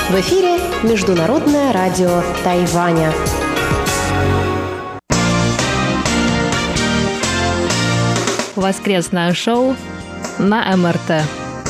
В эфире Международное радио Тайваня. Воскресное шоу на МРТ.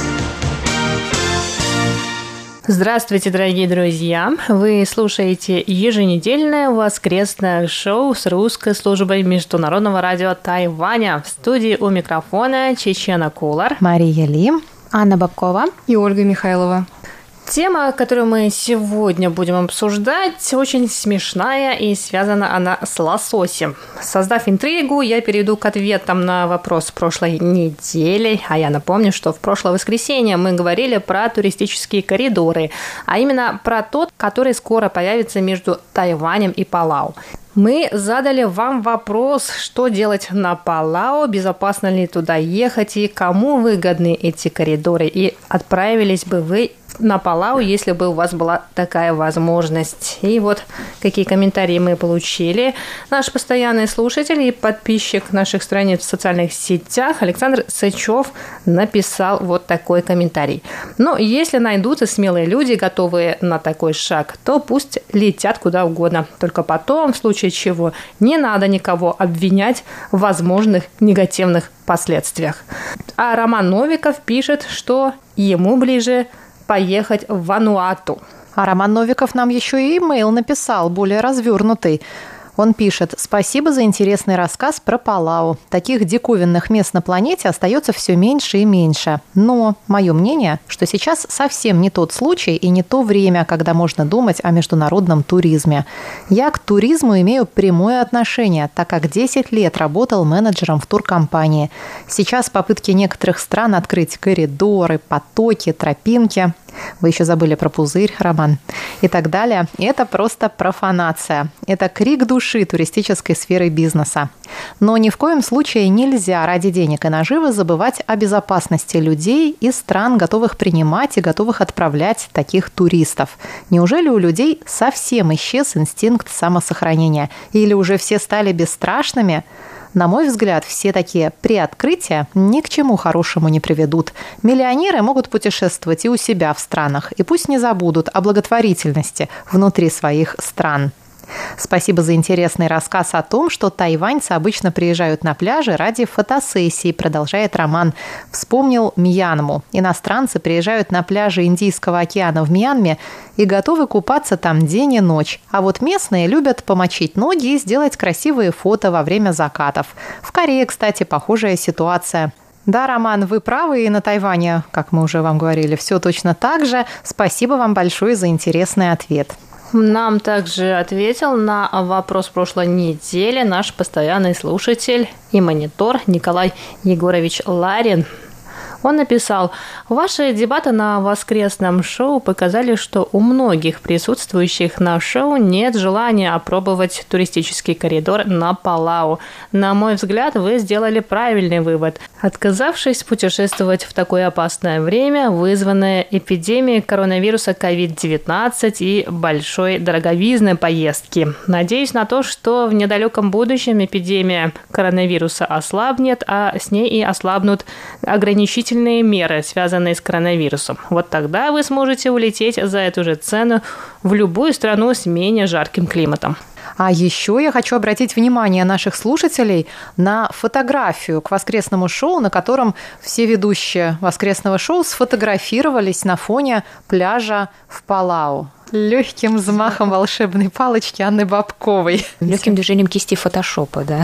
Здравствуйте, дорогие друзья! Вы слушаете еженедельное воскресное шоу с русской службой Международного радио Тайваня. В студии у микрофона Чечена Кулар, Мария Ли, Анна Бабкова и Ольга Михайлова. Тема, которую мы сегодня будем обсуждать, очень смешная и связана она с лососем. Создав интригу, я перейду к ответам на вопрос прошлой недели. А я напомню, что в прошлое воскресенье мы говорили про туристические коридоры, а именно про тот, который скоро появится между Тайванем и Палау. Мы задали вам вопрос, что делать на Палау, безопасно ли туда ехать и кому выгодны эти коридоры. И отправились бы вы на Палау, если бы у вас была такая возможность. И вот какие комментарии мы получили. Наш постоянный слушатель и подписчик наших страниц в социальных сетях Александр Сычев написал вот такой комментарий. Но если найдутся смелые люди, готовые на такой шаг, то пусть летят куда угодно. Только потом, в случае чего, не надо никого обвинять в возможных негативных последствиях. А Роман Новиков пишет, что ему ближе поехать в Вануату. А Роман Новиков нам еще и имейл написал, более развернутый. Он пишет: «Спасибо за интересный рассказ про Палау. Таких диковинных мест на планете остается все меньше и меньше. Но мое мнение, что сейчас совсем не тот случай и не то время, когда можно думать о международном туризме. Я к туризму имею прямое отношение, так как 10 лет работал менеджером в туркомпании. Сейчас попытки некоторых стран открыть коридоры, потоки, тропинки. Вы еще забыли про пузырь, Роман. И так далее. Это просто профанация. Это крик души туристической сферы бизнеса. Но ни в коем случае нельзя ради денег и наживы забывать о безопасности людей и стран, готовых принимать и готовых отправлять таких туристов. Неужели у людей совсем исчез инстинкт самосохранения? Или уже все стали бесстрашными? На мой взгляд, все такие приоткрытия ни к чему хорошему не приведут. Миллионеры могут путешествовать и у себя в странах, и пусть не забудут о благотворительности внутри своих стран». Спасибо за интересный рассказ о том, что тайваньцы обычно приезжают на пляжи ради фотосессий, продолжает Роман. Вспомнил Мьянму. Иностранцы приезжают на пляжи Индийского океана в Мьянме и готовы купаться там день и ночь. А вот местные любят помочить ноги и сделать красивые фото во время закатов. В Корее, кстати, похожая ситуация. Да, Роман, вы правы, и на Тайване, как мы уже вам говорили, все точно так же. Спасибо вам большое за интересный ответ. Нам также ответил на вопрос прошлой недели наш постоянный слушатель и монитор Николай Егорович Ларин. Он написал: «Ваши дебаты на воскресном шоу показали, что у многих присутствующих на шоу нет желания опробовать туристический коридор на Палау. На мой взгляд, вы сделали правильный вывод, отказавшись путешествовать в такое опасное время, вызванное эпидемией коронавируса COVID-19 и большой дороговизной поездки. Надеюсь на то, что в недалеком будущем эпидемия коронавируса ослабнет, а с ней и ослабнут ограничительные меры, связанные с коронавирусом. Вот тогда вы сможете улететь за эту же цену в любую страну с менее жарким климатом». А еще я хочу обратить внимание наших слушателей на фотографию к воскресному шоу, на котором все ведущие воскресного шоу сфотографировались на фоне пляжа в Палау. Легким взмахом волшебной палочки Анны Бабковой. Легким движением кисти фотошопа, да.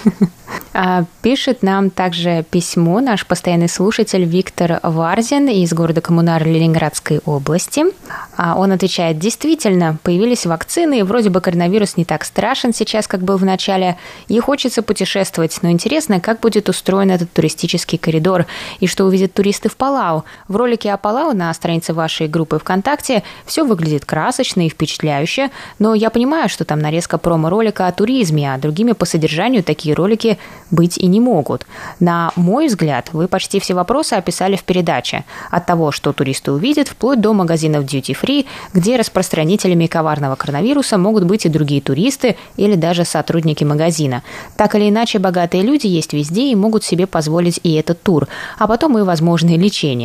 Пишет нам также письмо наш постоянный слушатель Виктор Варзин из города Коммунар Ленинградской области. Он отвечает: действительно, появились вакцины, и вроде бы коронавирус не так страшен сейчас, как был в начале, и хочется путешествовать. Но интересно, как будет устроен этот туристический коридор, и что увидят туристы в Палау. В ролике о Палау на странице вашей группы ВКонтакте все выглядит красочно и впечатляюще, но я понимаю, что там нарезка промо-ролика о туризме, а другими по содержанию такие ролики быть и не могут. На мой взгляд, вы почти все вопросы описали в передаче. От того, что туристы увидят, вплоть до магазинов duty-free, где распространителями коварного коронавируса могут быть и другие туристы или даже сотрудники магазина. Так или иначе, богатые люди есть везде и могут себе позволить и этот тур, а потом и возможное лечение.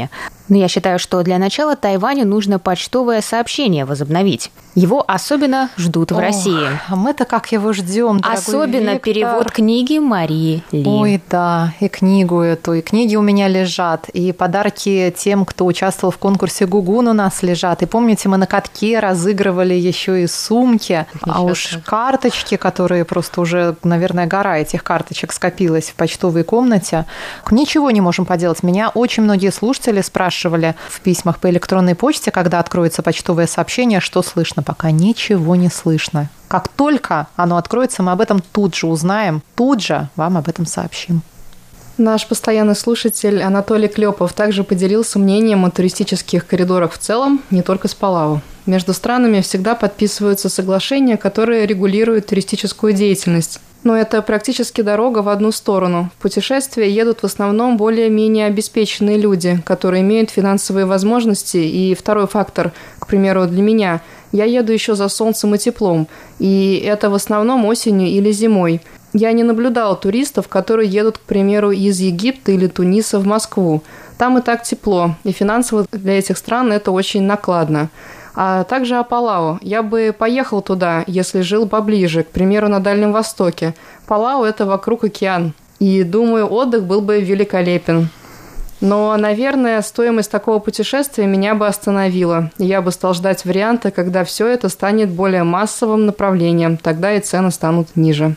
Но я считаю, что для начала Тайваню нужно почтовое сообщение возобновить. Его особенно ждут в России. А мы-то как его ждем, дорогой Особенно Виктор. Перевод книги Марии Ли. Ой, да, и книгу эту, и книги у меня лежат, и подарки тем, кто участвовал в конкурсе «Гугун» у нас лежат. И помните, мы на катке разыгрывали еще и сумки, а уж карточки, которые просто уже, наверное, гора этих карточек скопилась в почтовой комнате. Ничего не можем поделать. Меня очень многие слушатели спрашивали в письмах по электронной почте, когда откроется почтовое сообщение, что слышно. Пока ничего не слышно. Как только оно откроется, мы об этом тут же узнаем, тут же вам об этом сообщим. Наш постоянный слушатель Анатолий Клепов также поделился мнением о туристических коридорах в целом, не только с Палау. Между странами всегда подписываются соглашения, которые регулируют туристическую деятельность. Но это практически дорога в одну сторону. В путешествия едут в основном более-менее обеспеченные люди, которые имеют финансовые возможности. И второй фактор, к примеру, для меня – я еду еще за солнцем и теплом, и это в основном осенью или зимой. Я не наблюдала туристов, которые едут, к примеру, из Египта или Туниса в Москву. Там и так тепло, и финансово для этих стран это очень накладно. А также о Палау. Я бы поехал туда, если жил поближе, к примеру, на Дальнем Востоке. Палау – это вокруг океан. И, думаю, отдых был бы великолепен. Но, наверное, стоимость такого путешествия меня бы остановила. Я бы стал ждать варианта, когда все это станет более массовым направлением. Тогда и цены станут ниже.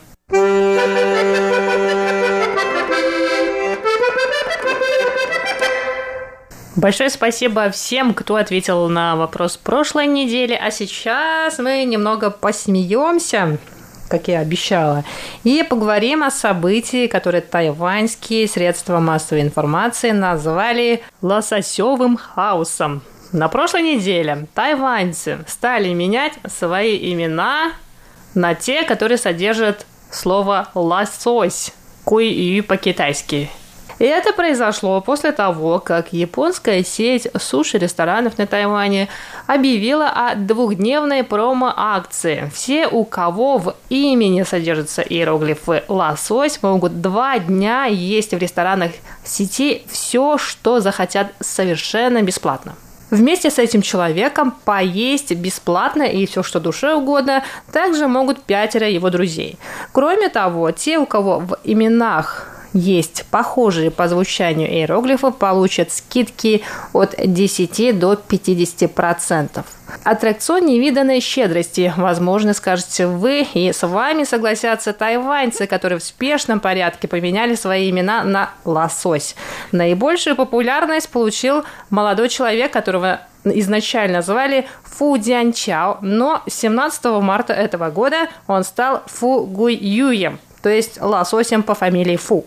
Большое спасибо всем, кто ответил на вопрос прошлой недели. А сейчас мы немного посмеемся, как я обещала, и поговорим о событии, которое тайваньские средства массовой информации назвали «лососевым хаосом». На прошлой неделе тайваньцы стали менять свои имена на те, которые содержат слово «лосось», «куй-ю» по-китайски. И это произошло после того, как японская сеть суши-ресторанов на Тайване объявила о двухдневной промо-акции. Все, у кого в имени содержатся иероглифы «лосось», могут 2 дня есть в ресторанах сети все, что захотят, совершенно бесплатно. Вместе с этим человеком поесть бесплатно и все, что душе угодно, также могут 5 его друзей. Кроме того, те, у кого в именах есть похожие по звучанию иероглифы, получат скидки от 10 до 50%. Аттракцион невиданной щедрости, возможно, скажете вы, и с вами согласятся тайваньцы, которые в спешном порядке поменяли свои имена на «лосось». Наибольшую популярность получил молодой человек, которого изначально звали Фу Дянчао, но 17 марта этого года он стал Фу Гуйюем, то есть лососем по фамилии Фу.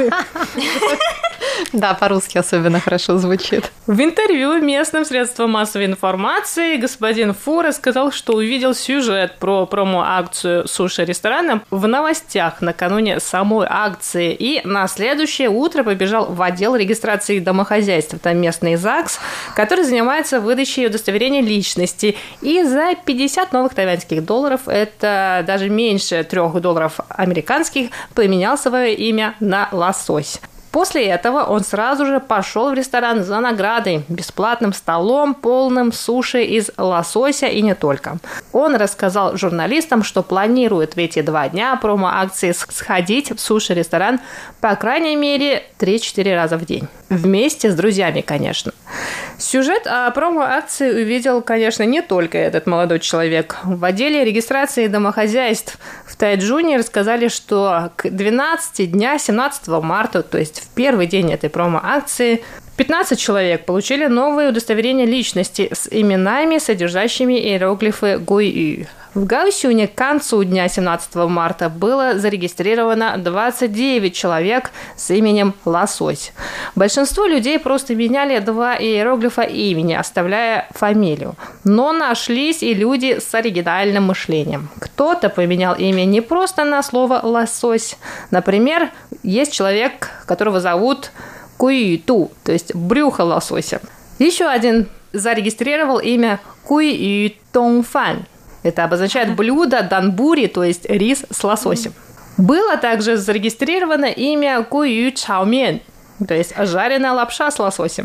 Да, по-русски особенно хорошо звучит. В интервью местным средствам массовой информации господин Фу рассказал, что увидел сюжет про промо-акцию суши-ресторана в новостях накануне самой акции и на следующее утро побежал в отдел регистрации домохозяйств, там местный ЗАГС, который занимается выдачей удостоверения личности. И за 50 новых тайваньских долларов, это даже меньше $3 американских, поменял свое имя на «лосось». После этого он сразу же пошел в ресторан за наградой, бесплатным столом, полным суши из лосося и не только. Он рассказал журналистам, что планирует в эти 2 дня промо-акции сходить в суши-ресторан по крайней мере 3-4 раза в день. Вместе с друзьями, конечно. Сюжет о промо-акции увидел, конечно, не только этот молодой человек. В отделе регистрации домохозяйств в Тайчжуне рассказали, что к 12 дня 17 марта, то есть в первый день этой промо-акции, 15 человек получили новые удостоверения личности с именами, содержащими иероглифы Гуйю. В Гаосюне к концу дня 17 марта было зарегистрировано 29 человек с именем «Лосось». Большинство людей просто меняли 2 иероглифа имени, оставляя фамилию. Но нашлись и люди с оригинальным мышлением. Кто-то поменял имя не просто на слово «лосось». Например, есть человек, которого зовут Куиту, то есть брюхо лосося. Еще один зарегистрировал имя Куи Тонгфан. Это обозначает блюдо данбури, то есть рис с лососем. Было также зарегистрировано имя Куи Чаомен, то есть жареная лапша с лососем.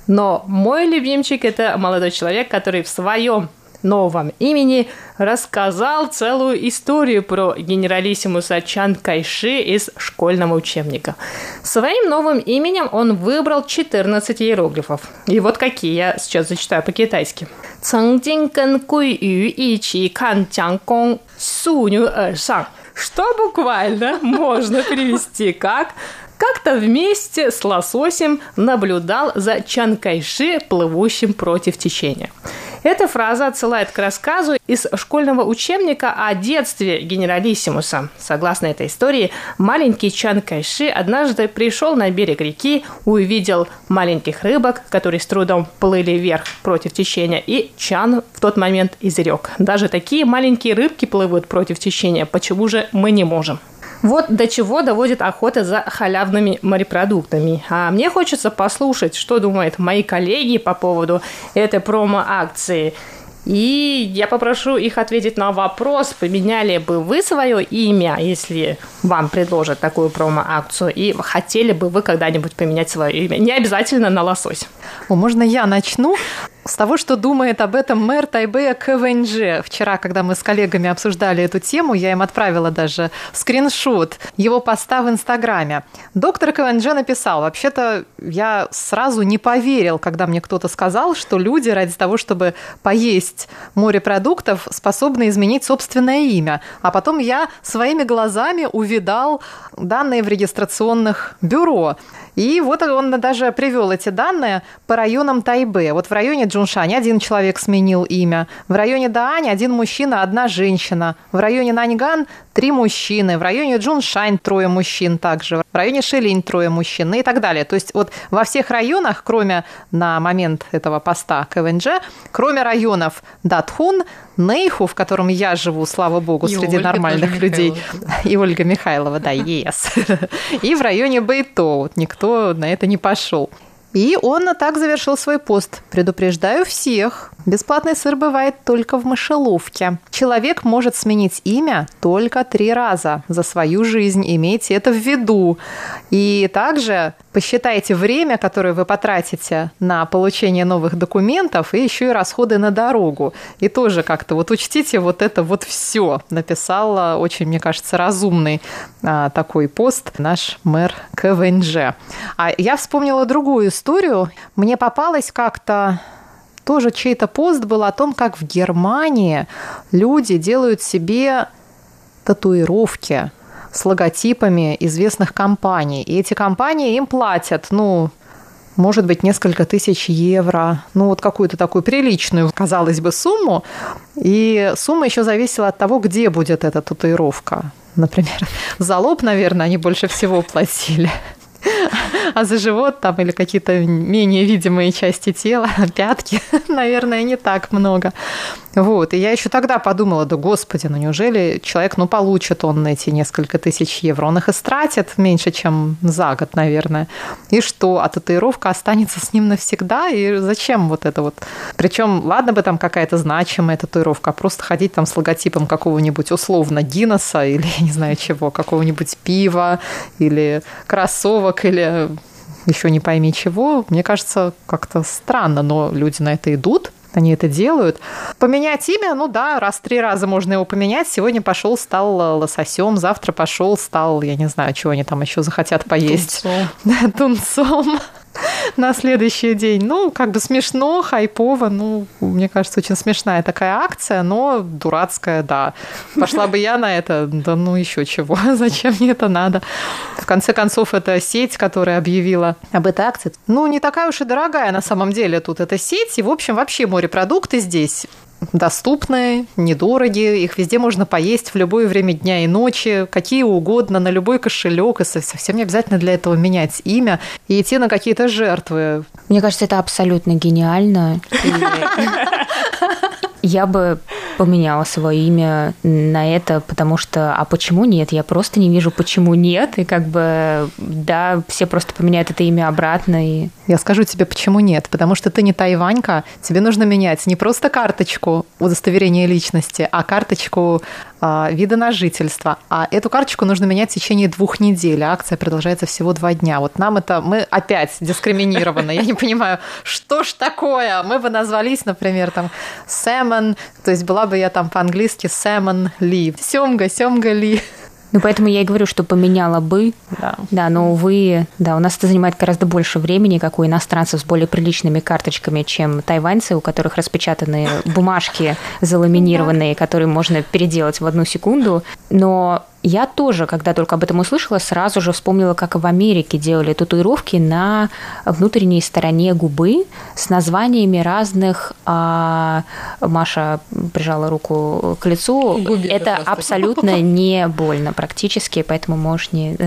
Но мой любимчик – это молодой человек, который в своем новом имени рассказал целую историю про генералиссимуса Чан Кайши из школьного учебника. Своим новым именем он выбрал 14 иероглифов. И вот какие, я сейчас зачитаю по-китайски. Что буквально можно перевести как «Как-то вместе с лососем наблюдал за Чан Кайши, плывущим против течения». Эта фраза отсылает к рассказу из школьного учебника о детстве генералиссимуса. Согласно этой истории, маленький Чан Кайши однажды пришел на берег реки, увидел маленьких рыбок, которые с трудом плыли вверх против течения, и Чан в тот момент изрек: «Даже такие маленькие рыбки плывут против течения, почему же мы не можем?» Вот до чего доводит охота за халявными морепродуктами. А мне хочется послушать, что думают мои коллеги по поводу этой промо-акции. И я попрошу их ответить на вопрос, поменяли бы вы свое имя, если вам предложат такую промо-акцию, и хотели бы вы когда-нибудь поменять свое имя. Не обязательно на лосось. Можно я начну? С того, что думает об этом мэр Тайбэя КВНЖ. Вчера, когда мы с коллегами обсуждали эту тему, я им отправила даже скриншот его поста в Инстаграме. Доктор КВНЖ написал: вообще-то я сразу не поверил, когда мне кто-то сказал, что люди ради того, чтобы поесть морепродуктов, способны изменить собственное имя. А потом я своими глазами увидал данные в регистрационных бюро. И вот он даже привел эти данные по районам Тайбэя. Вот в районе Чжуншань один человек сменил имя. В районе Даань один мужчина, одна женщина. В районе Наньган 3 мужчины. В районе Чжуншань 3 мужчин также. В районе Шилинь 3 мужчин и так далее. То есть вот во всех районах, кроме на момент этого поста КВНЖ, кроме районов Датхун, Нэйху, в котором я живу, слава богу, среди нормальных людей, и Ольга Михайлова, да, yes. И в районе Бэйтоу никто на это не пошел. И он так завершил свой пост. Предупреждаю всех, бесплатный сыр бывает только в мышеловке. Человек может сменить имя только 3 раза за свою жизнь. Имейте это в виду. И также посчитайте время, которое вы потратите на получение новых документов, и еще и расходы на дорогу. И тоже как-то вот учтите вот это вот все. Написал очень, мне кажется, разумный такой пост наш мэр КВНЖ. А я вспомнила другую историю. Мне попалась как-то тоже чей-то пост был о том, как в Германии люди делают себе татуировки с логотипами известных компаний. И эти компании им платят, может быть, несколько тысяч евро, вот какую-то такую приличную, казалось бы, сумму. И сумма еще зависела от того, где будет эта татуировка. Например, за лоб, наверное, они больше всего платили. А за живот там или какие-то менее видимые части тела, пятки, наверное, не так много. Вот. И я еще тогда подумала: да господи, неужели человек, получит он эти несколько тысяч евро? Он их истратит меньше, чем за год, наверное. И что? А татуировка останется с ним навсегда? И зачем вот это вот? Причем, ладно бы там какая-то значимая татуировка, а просто ходить там с логотипом какого-нибудь условно Гиннесса или, я не знаю чего, какого-нибудь пива или кроссовок или еще не пойми чего. Мне кажется, как-то странно, но люди на это идут. Они это делают. Поменять имя, раз 3 раза можно его поменять. Сегодня пошел, стал лососем, завтра пошел, стал, я не знаю, чего они там еще захотят поесть. Тунцом. На следующий день. Как бы смешно, хайпово. Мне кажется, очень смешная такая акция, но дурацкая, да. Пошла бы я на это, да еще чего. Зачем мне это надо? В конце концов, это сеть, которая объявила об этой акции. Не такая уж и дорогая на самом деле тут эта сеть. И, в общем, вообще морепродукты здесь доступные, недорогие, их везде можно поесть в любое время дня и ночи, какие угодно, на любой кошелек, и совсем не обязательно для этого менять имя и идти на какие-то жертвы. Мне кажется, это абсолютно гениально. Я бы поменяла свое имя на это, потому что, а почему нет? Я просто не вижу, почему нет, и как бы, да, все просто поменяют это имя обратно. И... Я скажу тебе, почему нет, потому что ты не тайванька, тебе нужно менять не просто карточку удостоверения личности, а карточку вида на жительство. А эту карточку нужно менять в течение 2 недель, а акция продолжается всего 2 дня. Вот нам это, мы опять дискриминированы. Я не понимаю, что ж такое? Мы бы назвались, например, там, Salmon, то есть была бы я там по-английски Salmon Ли. Сёмга Ли. Ну, поэтому я и говорю, что поменяла бы. Да, но, увы, да, у нас это занимает гораздо больше времени, как у иностранцев с более приличными карточками, чем тайваньцы, у которых распечатаны бумажки заламинированные, которые можно переделать в 1 секунду. Но я тоже, когда только об этом услышала, сразу же вспомнила, как в Америке делали татуировки на внутренней стороне губы с названиями разных... Маша прижала руку к лицу. Это абсолютно не больно практически, поэтому можешь не...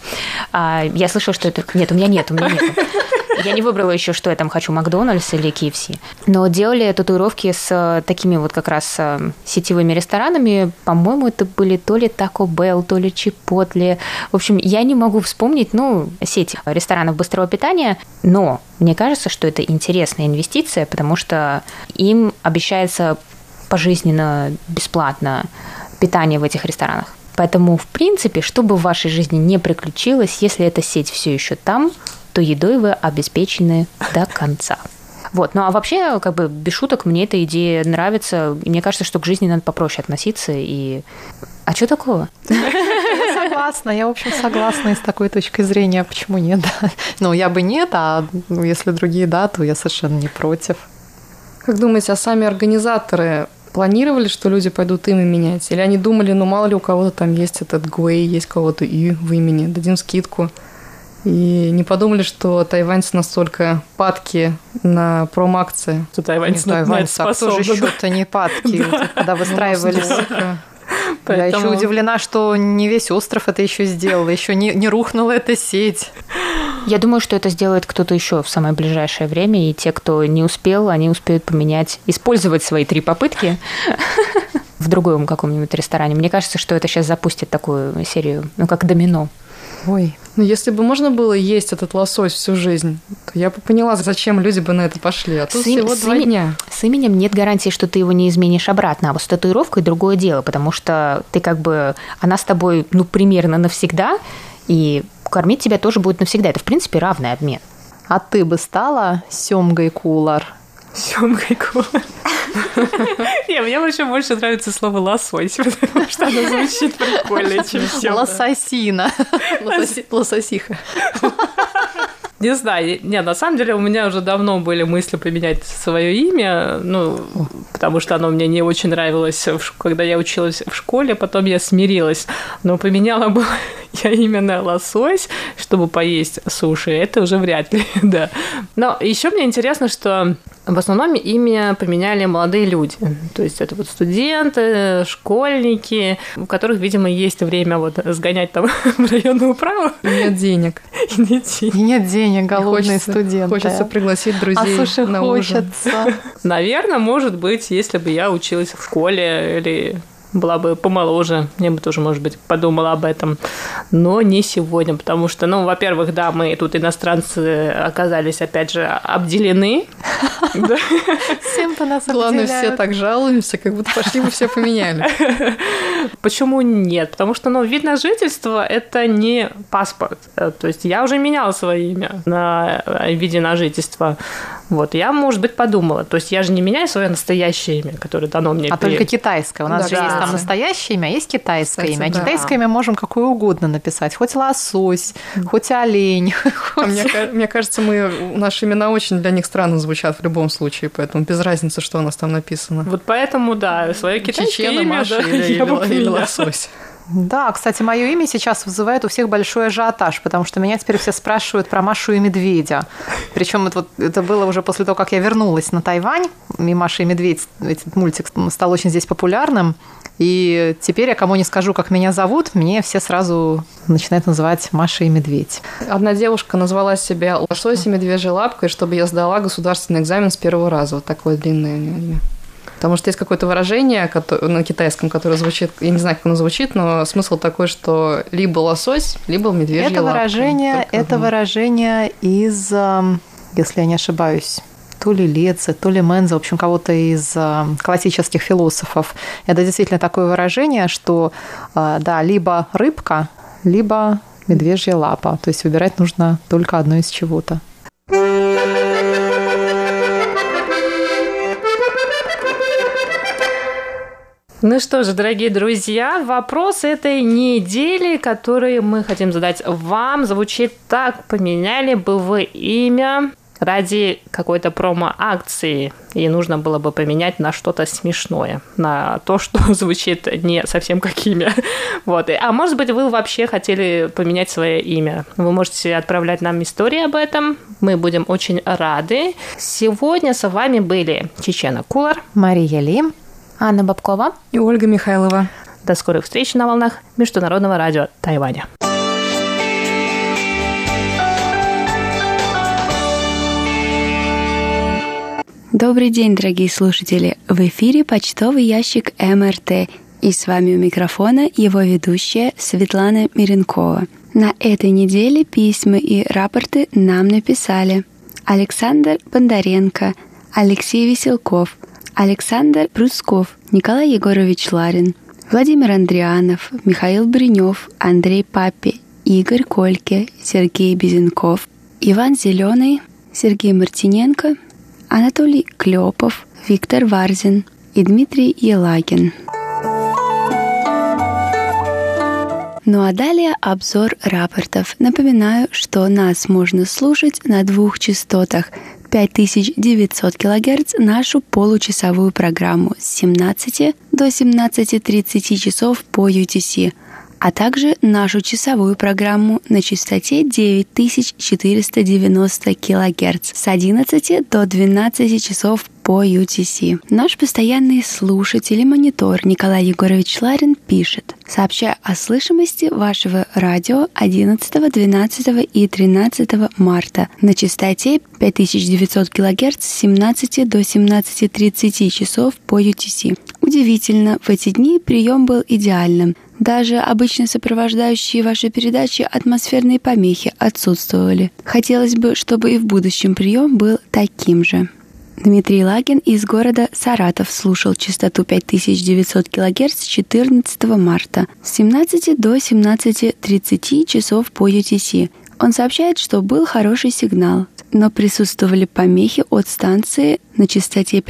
Я слышала, что это... Нет, у меня нет. Я не выбрала еще, что я там хочу, Макдональдс или KFC. Но делали татуировки с такими вот как раз сетевыми ресторанами. По-моему, это были то ли Taco Bell, то ли Чипотле. В общем, я не могу вспомнить, сеть ресторанов быстрого питания, но мне кажется, что это интересная инвестиция, потому что им обещается пожизненно бесплатно питание в этих ресторанах. Поэтому, в принципе, что бы в вашей жизни не приключилось, если эта сеть все еще там, то едой вы обеспечены до конца. Вот. Ну а вообще, как бы без шуток, мне эта идея нравится. Мне кажется, что к жизни надо попроще относиться. И... А что такого? Я согласна. Я, в общем, согласна и с такой точки зрения. Почему нет? Ну, я бы нет, а если другие да, то я совершенно не против. Как думаете, а сами организаторы планировали, что люди пойдут имя менять? Или они думали, мало ли у кого-то там есть этот Гуэй, есть у кого-то И в имени, дадим скидку? И не подумали, что тайваньцы настолько падки на промо-акции. Что тайваньцы тоже что-то не падки, когда выстраивались. Я еще удивлена, что не весь остров это еще сделал, еще не рухнула эта сеть. Я думаю, что это сделает кто-то еще в самое ближайшее время, и те, кто не успел, они успеют поменять, использовать свои 3 попытки в другом каком-нибудь ресторане. Мне кажется, что это сейчас запустит такую серию, как домино. Ой. Ну, если бы можно было есть этот лосось всю жизнь, то я бы поняла, зачем люди бы на это пошли. А тут всего 2 дня. С именем нет гарантии, что ты его не изменишь обратно. А вот с татуировкой другое дело, потому что ты она с тобой, примерно навсегда, и кормить тебя тоже будет навсегда. Это, в принципе, равный обмен. А ты бы стала Сёмгой Кулар? Сёмгой Кулар. Мне вообще больше нравится слово «лосось», потому что оно звучит прикольнее, чем сёмга. Лососина. Лососиха. Не знаю, на самом деле у меня уже давно были мысли поменять свое имя, потому что оно мне не очень нравилось, когда я училась в школе, потом я смирилась, но поменяла бы я имя на Лосось, чтобы поесть суши, это уже вряд ли, да. Но еще мне интересно, что в основном имя поменяли молодые люди, то есть это студенты, школьники, у которых, видимо, есть время сгонять там в районную управу. Нет денег. Нет денег, голодные студенты. Хочется пригласить друзей на ужин. Наверное, может быть, если бы я училась в школе или была бы помоложе, мне бы тоже, может быть, подумала об этом, но не сегодня, потому что, во-первых, да, мы тут иностранцы оказались, опять же, обделены. Всем-то нас обделяют. Главное, все так жалуемся, как будто пошли бы все поменяли. Почему нет? Потому что, вид на жительство – это не паспорт. То есть я уже меняла свое имя на виде на жительство. Я, может быть, подумала. То есть я же не меняю свое настоящее имя, которое дано мне. А только китайское. У нас же есть там настоящее имя, есть китайское имя. А китайское имя можем какое угодно написать. Хоть лосось, хоть олень. Мне кажется, наши имена очень для них странно звучат в любом случае, поэтому без разницы, что у нас там написано. Поэтому, да, свое китайское имя, Маша или лосось. Да, кстати, мое имя сейчас вызывает у всех большой ажиотаж, потому что меня теперь все спрашивают про Машу и Медведя. Причем это было уже после того, как я вернулась на Тайвань, и Маша и Медведь, этот мультик стал очень здесь популярным. И теперь я кому не скажу, как меня зовут, мне все сразу начинают называть Маша и Медведь. Одна девушка назвала себя лосось и медвежьей лапкой, чтобы я сдала государственный экзамен с 1-го раза. Вот такое длинное имя. Потому что есть какое-то выражение на китайском, которое звучит, я не знаю, как оно звучит, но смысл такой, что либо лосось, либо медвежья лапа. Это выражение из, если я не ошибаюсь, то ли Леце, то ли Мензе, в общем, кого-то из классических философов. Это действительно такое выражение, что, да, либо рыбка, либо медвежья лапа. То есть выбирать нужно только одно из чего-то. Ну что же, дорогие друзья, вопрос этой недели, который мы хотим задать вам, звучит так: поменяли бы вы имя ради какой-то промо-акции, и нужно было бы поменять на что-то смешное, на то, что звучит не совсем как имя. Вот. А может быть, вы вообще хотели поменять свое имя. Вы можете отправлять нам истории об этом. Мы будем очень рады. Сегодня с вами были Чечена Кулар, Мария Ли, Анна Бабкова и Ольга Михайлова. До скорых встреч на волнах Международного радио Тайваня. Добрый день, дорогие слушатели! В эфире почтовый ящик МРТ, и с вами у микрофона его ведущая Светлана Миренкова. На этой неделе письма и рапорты нам написали Александр Бондаренко, Алексей Веселков, Александр Брусков, Николай Егорович Ларин, Владимир Андрианов, Михаил Бринев, Андрей Папи, Игорь Кольке, Сергей Безенков, Иван Зеленый, Сергей Мартиненко, Анатолий Клёпов, Виктор Варзин и Дмитрий Елагин. Ну а далее обзор рапортов. Напоминаю, что нас можно слушать на 2 частотах 5900 кГц, нашу получасовую программу с 17 до 17:30 часов по UTC, а также нашу часовую программу на частоте 9490 кГц с 11 до 12 часов по UTC. Наш постоянный слушатель и монитор Николай Егорович Ларин пишет: сообщаю о слышимости вашего радио 11, 12 и 13 марта на частоте 5900 кГц с 17 до 17:30 часов по UTC. Удивительно, в эти дни прием был идеальным. Даже обычно сопровождающие ваши передачи атмосферные помехи отсутствовали. Хотелось бы, чтобы и в будущем прием был таким же. Дмитрий Лагин из города Саратов слушал частоту 5900 кГц с 14 марта с 17 до 17:30 часов по UTC. Он сообщает, что был хороший сигнал, но присутствовали помехи от станции на частоте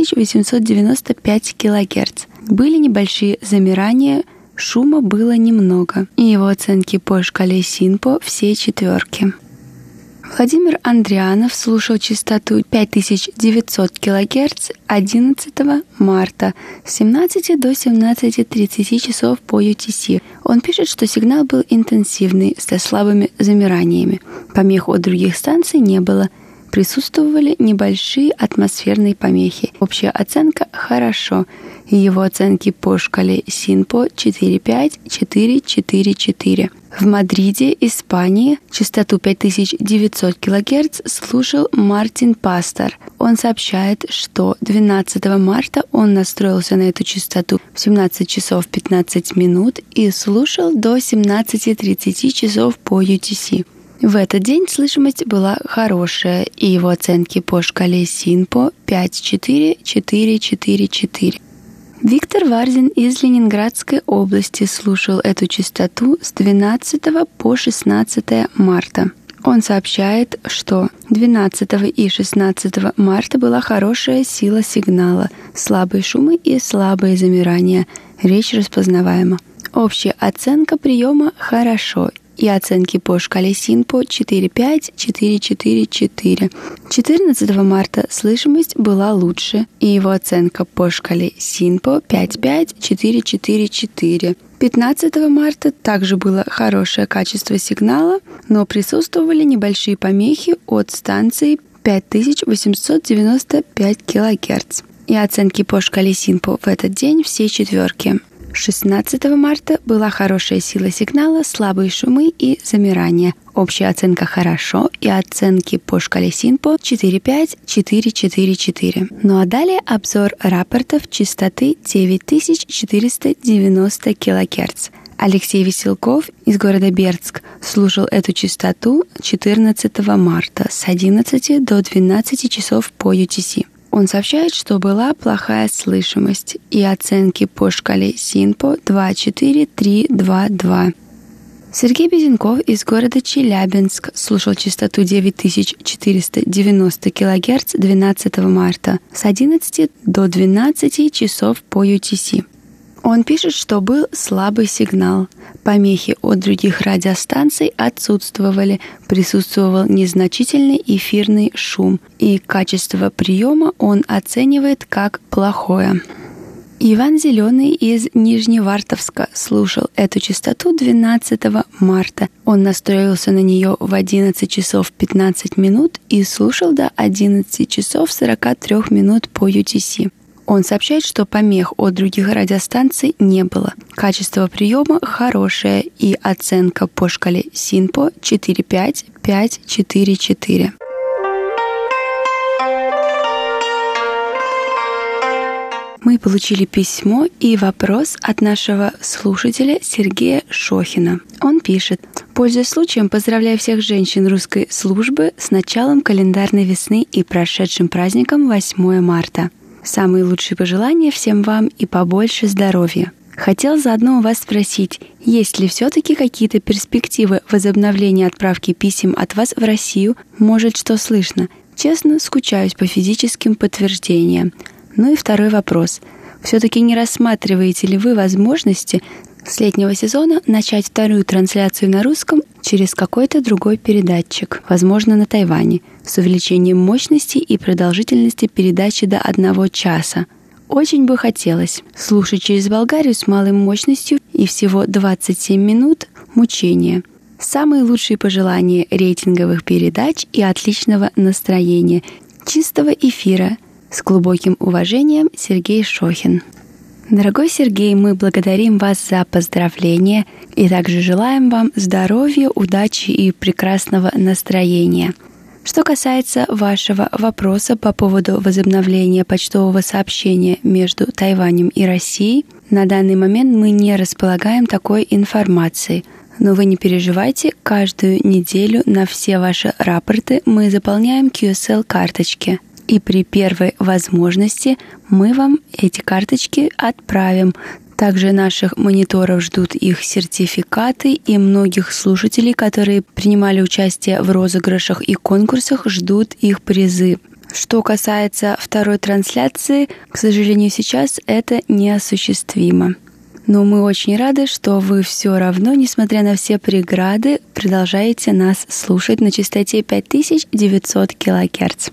5895 кГц. Были небольшие замирания, шума было немного, и его оценки по шкале Синпо все 4. Владимир Андрианов слушал частоту 5900 кГц 11 марта с 17 до 17:30 часов по UTC. Он пишет, что сигнал был интенсивный, со слабыми замираниями. Помех от других станций не было. Присутствовали небольшие атмосферные помехи. Общая оценка «хорошо», и его оценки по шкале Синпо 4,5, 4, 4, 4. В Мадриде, Испании, частоту 5900 кГц слушал Мартин Пастор. Он сообщает, что 12 марта он настроился на эту частоту в 17 часов 15 минут и слушал до 17:30 часов по UTC. В этот день слышимость была хорошая, и его оценки по шкале Синпо 5, 4, 4, 4, 4. Виктор Варзин из Ленинградской области слушал эту частоту с 12 по 16 марта. Он сообщает, что 12 и 16 марта была хорошая сила сигнала, слабые шумы и слабые замирания. Речь распознаваема. Общая оценка приема «хорошо», и оценки по шкале Синпо 4,5, 4, 4, 4. 14 марта слышимость была лучше, и его оценка по шкале Синпо 5,5, 4, 4, 4. 15 марта также было хорошее качество сигнала, но присутствовали небольшие помехи от станции 5895 кГц. И оценки по шкале Синпо в этот день все 4. 16 марта была хорошая сила сигнала, слабые шумы и замирания. Общая оценка «хорошо» и оценки по шкале СИНПО 4,5, 4,4,4. Ну а далее обзор рапортов частоты 9490 кГц. Алексей Веселков из города Бердск слушал эту частоту 14 марта с 11 до 12 часов по UTC. Он сообщает, что была плохая слышимость и оценки по шкале СИНПО 2,4, 3, 2, 2. Сергей Безенков из города Челябинск слушал частоту 9490 кГц 12 марта с 11 до 12 часов по UTC. Он пишет, что был слабый сигнал. Помехи от других радиостанций отсутствовали, присутствовал незначительный эфирный шум, и качество приема он оценивает как плохое. Иван Зеленый из Нижневартовска слушал эту частоту 12 марта. Он настроился на нее в 11 часов 15 минут и слушал до 11 часов 43 минут по UTC. Он сообщает, что помех от других радиостанций не было. Качество приема хорошее и оценка по шкале СИНПО 4,5, 5, 4, 4. Мы получили письмо и вопрос от нашего слушателя Сергея Шохина. Он пишет: «Пользуясь случаем, поздравляю всех женщин русской службы с началом календарной весны и прошедшим праздником 8 марта. Самые лучшие пожелания всем вам и побольше здоровья. Хотел заодно у вас спросить, есть ли все-таки какие-то перспективы возобновления отправки писем от вас в Россию? Может, что слышно? Честно, скучаюсь по физическим подтверждениям. Ну и второй вопрос. Все-таки не рассматриваете ли вы возможности с летнего сезона начать вторую трансляцию на русском через какой-то другой передатчик, возможно, на Тайване, с увеличением мощности и продолжительности передачи до 1 часа? Очень бы хотелось. Слушать через Болгарию с малой мощностью и всего 27 минут – мучение. Самые лучшие пожелания рейтинговых передач и отличного настроения, чистого эфира. С глубоким уважением, Сергей Шохин». Дорогой Сергей, мы благодарим вас за поздравления и также желаем вам здоровья, удачи и прекрасного настроения. Что касается вашего вопроса по поводу возобновления почтового сообщения между Тайванем и Россией, на данный момент мы не располагаем такой информацией. Но вы не переживайте, каждую неделю на все ваши рапорты мы заполняем QSL-карточки. И при первой возможности мы вам эти карточки отправим. Также наших мониторов ждут их сертификаты, и многих слушателей, которые принимали участие в розыгрышах и конкурсах, ждут их призы. Что касается второй трансляции, к сожалению, сейчас это неосуществимо. Но мы очень рады, что вы все равно, несмотря на все преграды, продолжаете нас слушать на частоте 5900 кГц.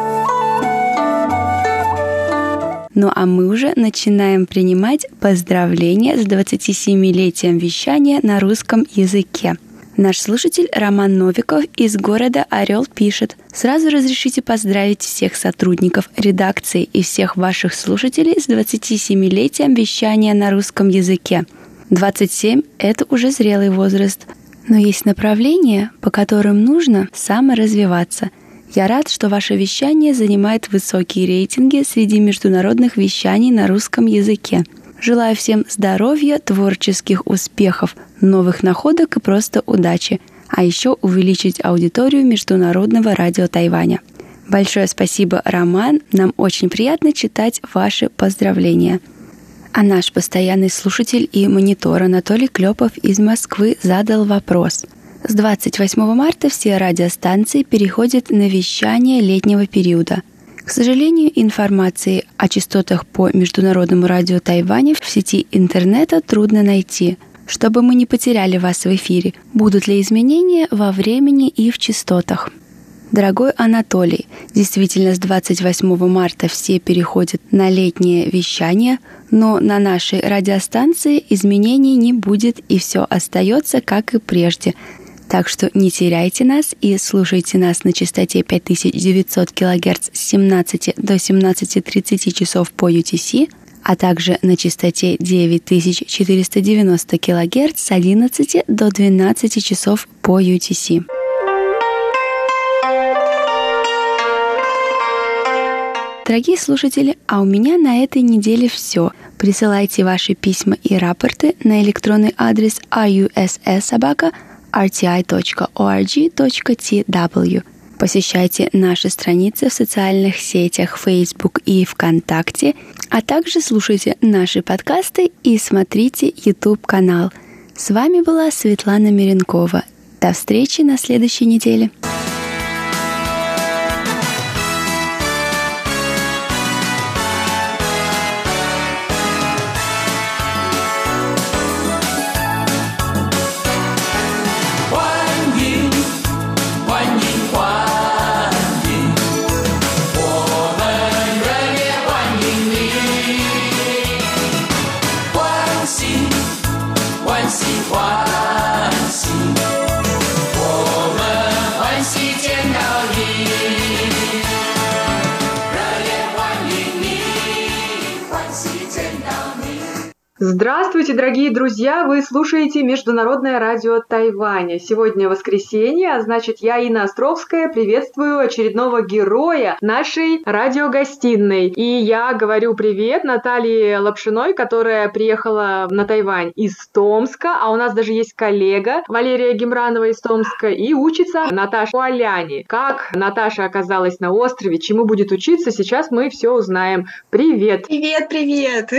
Ну а мы уже начинаем принимать поздравления с 27-летием вещания на русском языке. Наш слушатель Роман Новиков из города Орел пишет: «Сразу разрешите поздравить всех сотрудников редакции и всех ваших слушателей с 27-летием вещания на русском языке. 27 – это уже зрелый возраст, но есть направления, по которым нужно саморазвиваться. Я рад, что ваше вещание занимает высокие рейтинги среди международных вещаний на русском языке. Желаю всем здоровья, творческих успехов, новых находок и просто удачи, а еще увеличить аудиторию Международного радио Тайваня». Большое спасибо, Роман, нам очень приятно читать ваши поздравления. А наш постоянный слушатель и монитор Анатолий Клёпов из Москвы задал вопрос. С 28 марта все радиостанции переходят на вещание летнего периода. К сожалению, информации о частотах по Международному радио Тайваня в сети интернета трудно найти. Чтобы мы не потеряли вас в эфире, будут ли изменения во времени и в частотах? Дорогой Анатолий, действительно, с 28 марта все переходят на летнее вещание, но на нашей радиостанции изменений не будет, и все остается как и прежде. Так что не теряйте нас и слушайте нас на частоте 5900 кГц с 17 до 17:30 часов по UTC, а также на частоте 9490 кГц с 11 до 12 часов по UTC. Дорогие слушатели, а у меня на этой неделе все. Присылайте ваши письма и рапорты на электронный адрес russ@rti.org.tw. Посещайте наши страницы в социальных сетях Facebook и ВКонтакте, а также слушайте наши подкасты и смотрите YouTube-канал. С вами была Светлана Миренкова. До встречи на следующей неделе. Здравствуйте, дорогие друзья! Вы слушаете Международное радио Тайваня. Сегодня воскресенье, а значит, я, Инна Островская, приветствую очередного героя нашей радиогостиной. И я говорю привет Наталье Лапшиной, которая приехала на Тайвань из Томска, а у нас даже есть коллега Валерия Гемранова из Томска, и учится Наташа Хуаляни. Как Наташа оказалась на острове, чему будет учиться, сейчас мы все узнаем. Привет! Привет, привет!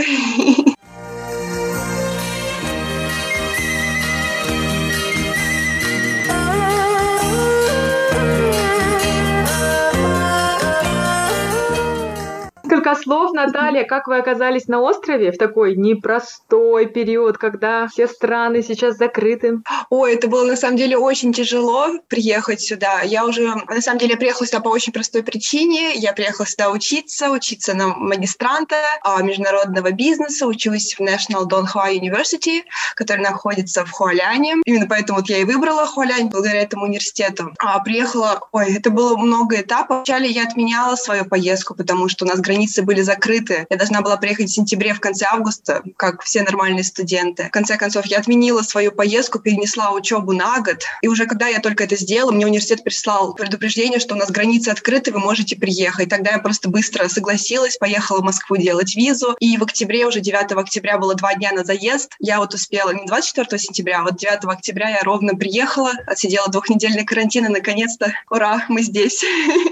Несколько слов, Наталья, как вы оказались на острове в такой непростой период, когда все страны сейчас закрыты? Ой, это было на самом деле очень тяжело приехать сюда. Я уже, на самом деле, приехала сюда по очень простой причине. Я приехала сюда учиться на магистранта международного бизнеса, учусь в National Don Hua University, который находится в Хуаляне. Именно поэтому вот я и выбрала Хуалянь, благодаря этому университету. Приехала, это было много этапов. Вначале я отменяла свою поездку, потому что у нас границы были закрыты. Я должна была приехать в сентябре, в конце августа, как все нормальные студенты. В конце концов, я отменила свою поездку, перенесла учебу на год. И уже когда я только это сделала, мне университет прислал предупреждение, что у нас границы открыты, вы можете приехать. Тогда я просто быстро согласилась, поехала в Москву делать визу. И в октябре, уже 9 октября, было 2 дня на заезд. Я вот успела не 24 сентября, а вот 9 октября я ровно приехала, отсидела 2-недельный карантин, и наконец-то, ура, мы здесь.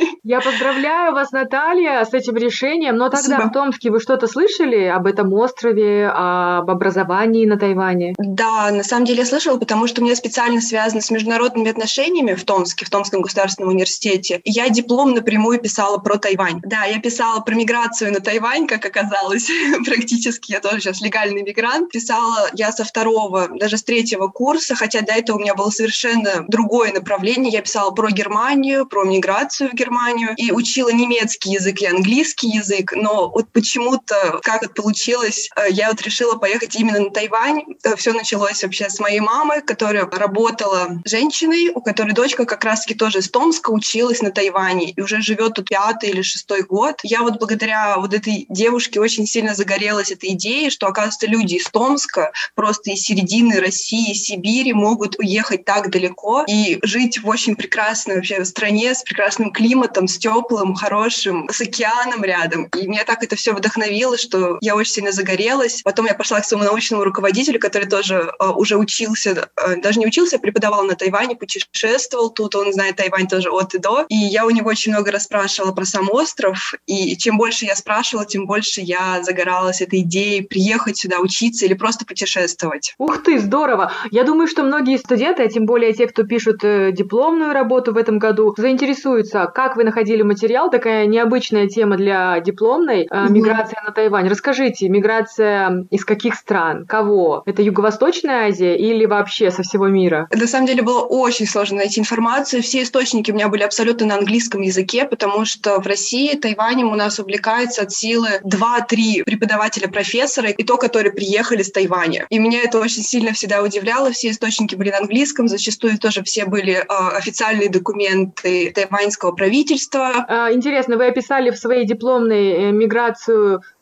Я поздравляю вас, Наталья, с этим решением. Но тогда Спасибо. В Томске вы что-то слышали об этом острове, об образовании на Тайване? Да, на самом деле я слышала, потому что у меня специально связано с международными отношениями в Томске, в Томском государственном университете. И я диплом напрямую писала про Тайвань. Да, я писала про миграцию на Тайвань, как оказалось, практически. Я тоже сейчас легальный мигрант. Писала я со 2-го, даже с 3-го курса, хотя до этого у меня было совершенно другое направление. Я писала про Германию, про миграцию в Германию и учила немецкий язык и английский язык, но вот почему-то, как это получилось, я вот решила поехать именно на Тайвань. Все началось вообще с моей мамы, которая работала женщиной, у которой дочка как раз-таки тоже из Томска училась на Тайване и уже живет тут 5-й или 6-й год. Я вот благодаря вот этой девушке очень сильно загорелась этой идеей, что, оказывается, люди из Томска, просто из середины России, Сибири могут уехать так далеко и жить в очень прекрасной вообще стране с прекрасным климатом, с теплым, хорошим, с океаном рядом. И меня так это все вдохновило, что я очень сильно загорелась. Потом я пошла к своему научному руководителю, который тоже уже учился, даже не учился, а преподавал на Тайване, путешествовал тут, он знает Тайвань тоже от и до. И я у него очень много расспрашивала про сам остров, и чем больше я спрашивала, тем больше я загоралась этой идеей приехать сюда учиться или просто путешествовать. Ух ты, здорово! Я думаю, что многие студенты, а тем более те, кто пишут дипломную работу в этом году, заинтересуются, как вы находили материал, такая необычная тема для дипломной, миграция на Тайвань. Расскажите, миграция из каких стран? Кого? Это Юго-Восточная Азия или вообще со всего мира? На самом деле было очень сложно найти информацию. Все источники у меня были абсолютно на английском языке, потому что в России Тайванем у нас увлекается от силы 2-3 преподавателя-профессора, и то, которые приехали с Тайваня. И меня это очень сильно всегда удивляло. Все источники были на английском, зачастую тоже все были официальные документы тайваньского правительства. Интересно, вы описали в своей дипломной миграцию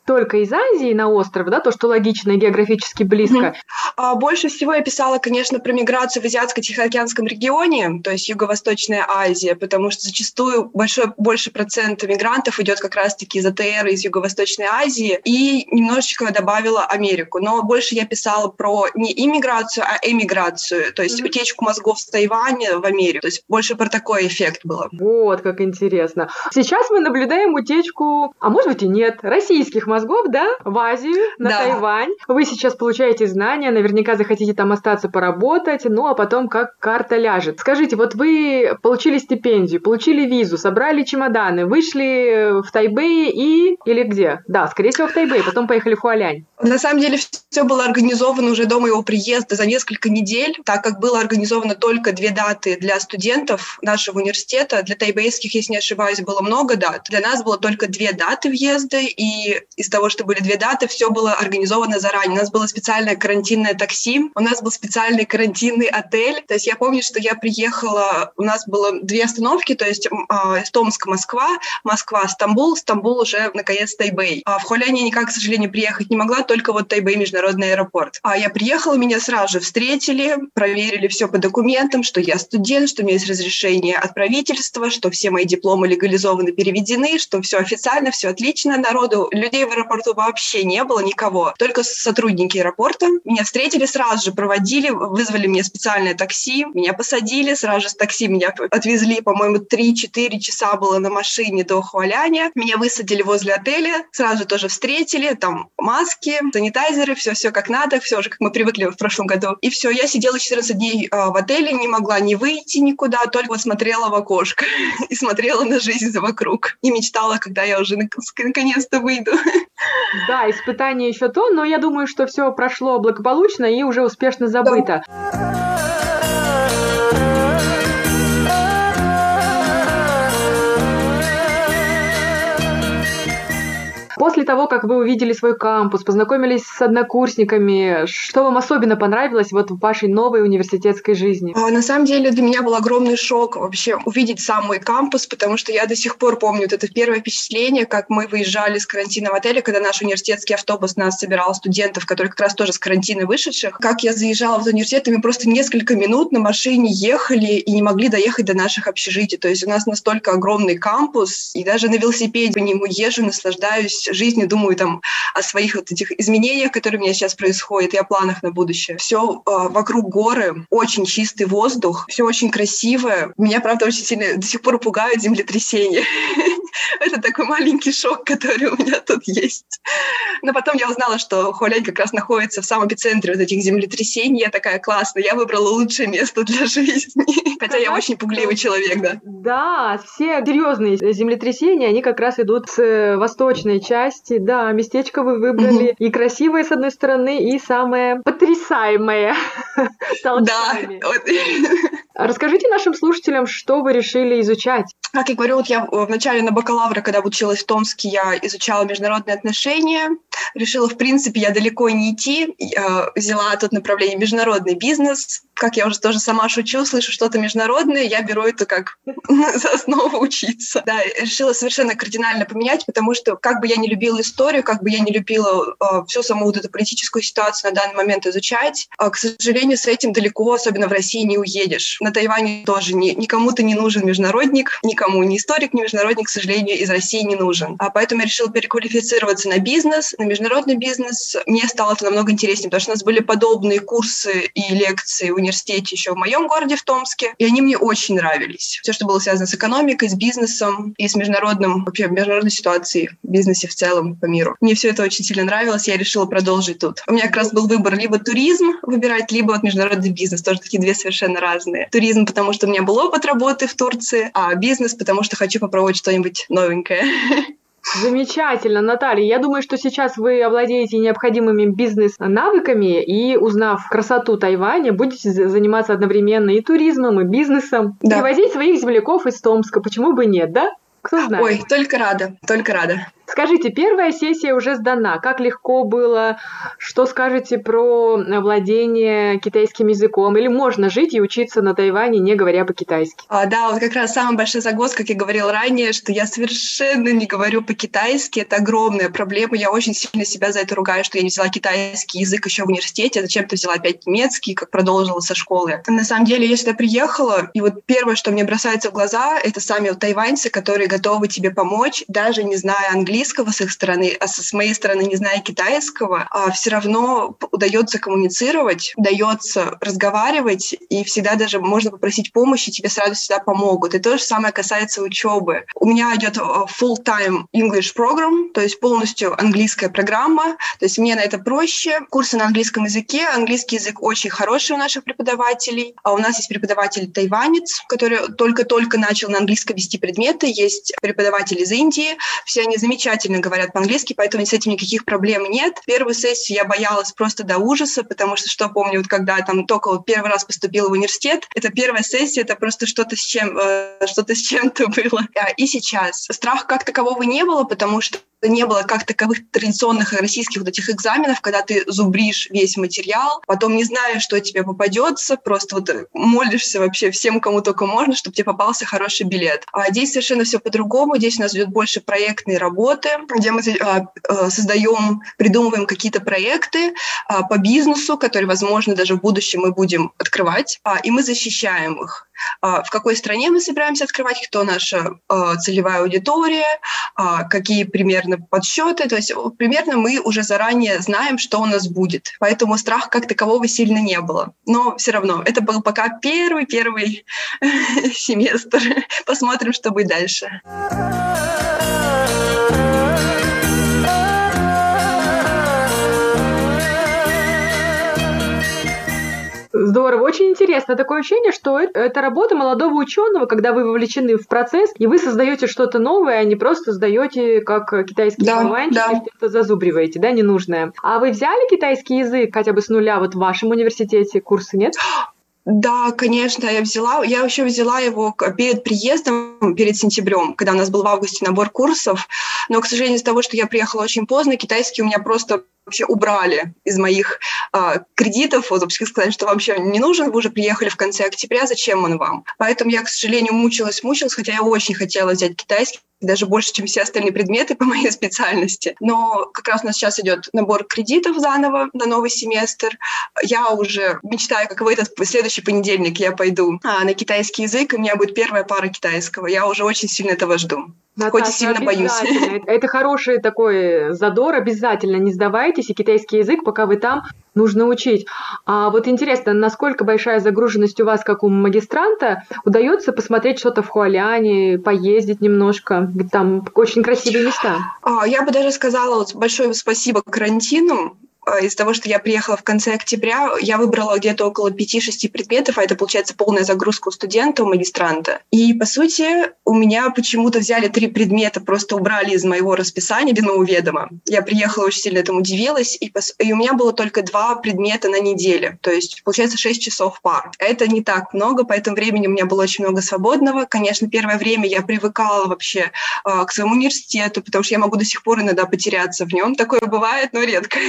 только из Азии на остров, да, то, что логично и географически близко? Больше всего я писала, конечно, про миграцию в Азиатско-Тихоокеанском регионе, то есть Юго-Восточная Азия, потому что зачастую больше процент мигрантов идет как раз-таки из АТР, из Юго-Восточной Азии, и немножечко добавила Америку. Но больше я писала про не иммиграцию, а эмиграцию, то есть утечку мозгов с Тайваня в Америку. То есть больше про такой эффект было. Вот, как интересно. Сейчас мы наблюдаем утечку, а может быть и нет, российских мозгов, да, в Азию, на Тайвань. Вы сейчас получаете знания, наверняка захотите там остаться поработать, ну а потом как карта ляжет. Скажите, вот вы получили стипендию, получили визу, собрали чемоданы, вышли в Тайбэй или где? Да, скорее всего в Тайбэй, потом поехали в Хуалянь. На самом деле все было организовано уже до моего приезда за несколько недель, так как было организовано только 2 даты для студентов нашего университета. Для тайбэйских, если не ошибаюсь, было много дат. Для нас было только 2 даты въезда, и из того, что были 2 даты, все было организовано заранее. У нас было специальное карантинное такси, у нас был специальный карантинный отель. То есть я помню, что я приехала, у нас было 2 остановки, то есть Томск-Москва, Москва-Стамбул, Стамбул уже, наконец, Тайбэй. В Хуаляне никак, к сожалению, приехать не могла, только вот Тайбэй международный аэропорт. Я приехала, меня сразу же встретили, проверили все по документам, что я студент, что у меня есть разрешение от правительства, что все мои дипломы легализованы, переведены, что все официально, все отлично. Народу, людей в аэропорту вообще не было, никого. Только сотрудники аэропорта. Меня встретили, сразу же проводили, вызвали мне специальное такси, меня посадили, сразу же с такси меня отвезли, по-моему, 3-4 часа было на машине до Хуаляня. Меня высадили возле отеля, сразу же тоже встретили, там маски, санитайзеры, все как надо, все уже как мы привыкли в прошлом году. И все, я сидела 14 дней в отеле, не могла ни выйти никуда, только вот смотрела в окошко и смотрела на жизнь вокруг. И мечтала, когда я уже наконец-то выйду. Да, испытание еще то, но я думаю, что все прошло благополучно и уже успешно забыто. После того, как вы увидели свой кампус, познакомились с однокурсниками, что вам особенно понравилось вот в вашей новой университетской жизни? На самом деле для меня был огромный шок вообще увидеть сам мой кампус, потому что я до сих пор помню вот это первое впечатление, как мы выезжали с карантинного отеля, когда наш университетский автобус нас собирал студентов, которые как раз тоже с карантина вышедших. Как я заезжала в университет, и мы просто несколько минут на машине ехали и не могли доехать до наших общежитий. То есть у нас настолько огромный кампус, и даже на велосипеде по нему езжу, наслаждаюсь жизнью, думаю там о своих вот этих изменениях, которые у меня сейчас происходят, и о планах на будущее. Все вокруг горы, очень чистый воздух, все очень красиво. Меня, правда, очень сильно до сих пор пугают землетрясения. Это такой маленький шок, который у меня тут есть. Но потом я узнала, что Хуалянь как раз находится в самом эпицентре вот этих землетрясений. Я такая, классно, я выбрала лучшее место для жизни. Хотя я очень пугливый человек, да. Да, все серьезные землетрясения, они как раз идут с восточной части. Да, местечко вы выбрали и красивое с одной стороны, и самое потрясаемое толчками. Да. Расскажите нашим слушателям, что вы решили изучать. Как я говорю, вот я в начале на бакалавра, когда училась в Томске, я изучала международные отношения. Решила, в принципе, я далеко не идти. Я взяла тут направление международный бизнес. Как я уже тоже сама шучу, слышу что-то международное, я беру это как за основу учиться. Да, решила совершенно кардинально поменять, потому что как бы я не любила историю, как бы я не любила всю саму вот эту политическую ситуацию на данный момент изучать, к сожалению, с этим далеко, особенно в России, не уедешь. На Тайване тоже никому ты не нужен международник, никому ни историк, ни международник, к сожалению, из России не нужен. Поэтому я решила переквалифицироваться на бизнес, на международный бизнес. Мне стало это намного интереснее, потому что у нас были подобные курсы и лекции в университете еще в моем городе, в Томске, и они мне очень нравились. Все, что было связано с экономикой, с бизнесом и с вообще международной ситуацией в бизнесе в целом по миру. Мне все это очень сильно нравилось, я решила продолжить тут. У меня как раз был выбор либо туризм выбирать, либо вот международный бизнес, тоже такие 2 совершенно разные. Туризм, потому что у меня был опыт работы в Турции, а бизнес, потому что хочу попробовать что-нибудь новенькое. Замечательно, Наталья. Я думаю, что сейчас вы овладеете необходимыми бизнес-навыками и, узнав красоту Тайваня, будете заниматься одновременно и туризмом, и бизнесом. Привозить своих земляков из Томска. Почему бы нет, да? Кто знает. Ой, только рада, только рада. Скажите, первая сессия уже сдана. Как легко было? Что скажете про владение китайским языком? Или можно жить и учиться на Тайване, не говоря по-китайски? Да, вот как раз самая большая загвоздка, как я говорила ранее, что я совершенно не говорю по-китайски. Это огромная проблема. Я очень сильно себя за это ругаю, что я не взяла китайский язык еще в университете. Зачем ты взяла опять немецкий, как продолжила со школы? На самом деле, я сюда приехала, и вот первое, что мне бросается в глаза, это сами вот тайваньцы, которые готовы тебе помочь, даже не зная английского с их стороны, а с моей стороны не зная китайского, все равно удается коммуницировать, удается разговаривать, и всегда даже можно попросить помощи, тебе сразу всегда помогут. И то же самое касается учебы. У меня идет full-time English program, то есть полностью английская программа, то есть мне на это проще. Курсы на английском языке. Английский язык очень хороший у наших преподавателей. А у нас есть преподаватель тайванец, который только-только начал на английском вести предметы. Есть преподаватель из Индии. Все они замечательно говорят по-английски, поэтому с этим никаких проблем нет. Первую сессию я боялась просто до ужаса, потому что помню, вот когда там только вот первый раз поступила в университет, это первая сессия, это просто что-то с чем-то было. И сейчас страха как такового не было, потому что не было как таковых традиционных российских вот этих экзаменов, когда ты зубришь весь материал, потом не знаешь, что тебе попадется, просто вот молишься вообще всем, кому только можно, чтобы тебе попался хороший билет. А здесь совершенно все по-другому. Здесь у нас идет больше проектной работы, где мы создаем, придумываем какие-то проекты по бизнесу, которые, возможно, даже в будущем мы будем открывать, и мы защищаем их. В какой стране мы собираемся открывать, кто наша целевая аудитория, какие примерно подсчеты. То есть примерно мы уже заранее знаем, что у нас будет. Поэтому страха как такового сильно не было. Но все равно это был пока первый семестр. Посмотрим, что будет дальше. Здорово, очень интересно. Такое ощущение, что это работа молодого ученого, когда вы вовлечены в процесс, и вы создаете что-то новое, а не просто сдаете, как китайский болванчик, и что-то зазубриваете, да, ненужное. А вы взяли китайский язык хотя бы с нуля вот в вашем университете? Курсы нет? Да, конечно, я взяла. Я еще взяла его перед приездом, перед сентябрем, когда у нас был в августе набор курсов. Но, к сожалению, из-за того, что я приехала очень поздно, китайский у меня просто вообще убрали из моих кредитов. Вот вообще сказали, что вообще не нужен, вы уже приехали в конце октября, зачем он вам? Поэтому я, к сожалению, мучилась, хотя я очень хотела взять китайский, даже больше, чем все остальные предметы по моей специальности. Но как раз у нас сейчас идет набор кредитов заново на новый семестр. Я уже мечтаю, как в этот следующий понедельник я пойду на китайский язык, и у меня будет первая пара китайского. Я уже очень сильно этого жду. Хоть и сильно боюсь. Это хороший такой задор. Обязательно не сдавайтесь, и китайский язык, пока вы там, нужно учить. А вот интересно, насколько большая загруженность у вас, как у магистранта, удается посмотреть что-то в Хуаляне, поездить немножко? Ведь там очень красивые места. Я бы даже сказала большое спасибо карантину. Из-за того, что я приехала в конце октября, я выбрала где-то около 5-6 предметов, а это, получается, полная загрузка у студента, у магистранта. И, по сути, у меня почему-то взяли 3 предмета, просто убрали из моего расписания, без моего ведома. Я приехала, очень сильно этому удивилась, и у меня было только 2 предмета на неделю, то есть, получается, 6 часов пар. Это не так много, поэтому времени у меня было очень много свободного. Конечно, первое время я привыкала вообще к своему университету, потому что я могу до сих пор иногда потеряться в нем. Такое бывает, но редко.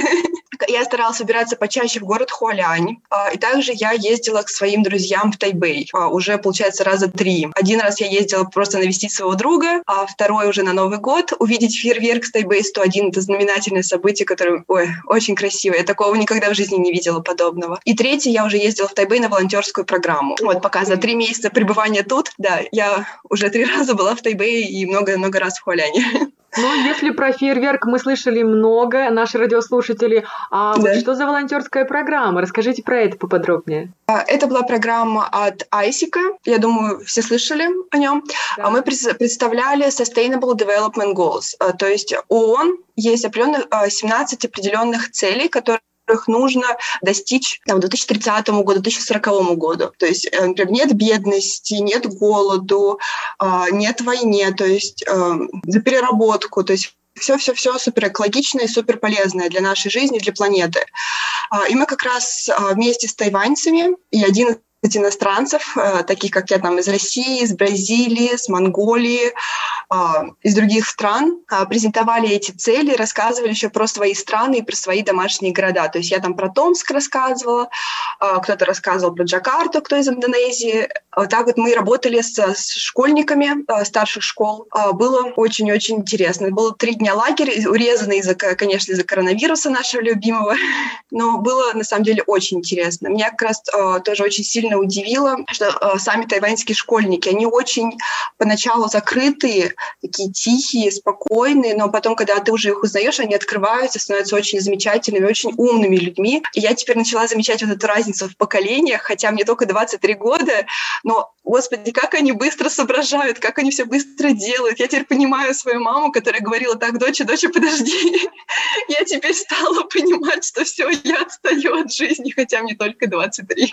Я старалась убираться почаще в город Хуалянь. И также я ездила к своим друзьям в Тайбэй. Уже, получается, раза 3. Один раз я ездила просто навестить своего друга, а второй уже на Новый год. Увидеть фейерверк с Тайбэй 101 — это знаменательное событие, которое, очень красивое. Я такого никогда в жизни не видела подобного. И третий, я уже ездила в Тайбэй на волонтерскую программу. Вот пока за 3 месяца пребывания тут, да, я уже 3 раза была в Тайбэе и много-много раз в Хуаляне. Ну, если про фейерверк мы слышали много, наши радиослушатели, вот что за волонтерская программа? Расскажите про это поподробнее. Это была программа от Айсика, я думаю, все слышали о нем. Да. Мы представляли Sustainable Development Goals, то есть ООН есть 17 определенных целей, которые нужно достичь к 2030 году, 2040 году. То есть, например, нет бедности, нет голоду, нет войны, то есть за переработку, то есть все супер экологичное и супер полезное для нашей жизни, для планеты. И мы как раз вместе с тайваньцами, и один иностранцев, таких как я, там, из России, из Бразилии, с Монголии, из других стран, презентовали эти цели, рассказывали еще про свои страны и про свои домашние города. То есть я там про Томск рассказывала, кто-то рассказывал про Джакарту, кто из Индонезии. Вот так вот мы работали с школьниками старших школ. Было очень-очень интересно. Было 3 дня лагеря, урезанный, конечно, из-за коронавируса нашего любимого, но было на самом деле очень интересно. Меня как раз тоже очень сильно удивило, что сами тайваньские школьники, они очень поначалу закрытые, такие тихие, спокойные, но потом, когда ты уже их узнаешь, они открываются, становятся очень замечательными, очень умными людьми. И я теперь начала замечать вот эту разницу в поколениях, хотя мне только 23 года, но, господи, как они быстро соображают, как они все быстро делают. Я теперь понимаю свою маму, которая говорила: так, доча, подожди. Я теперь стала понимать, что все, я отстаю от жизни, хотя мне только 23.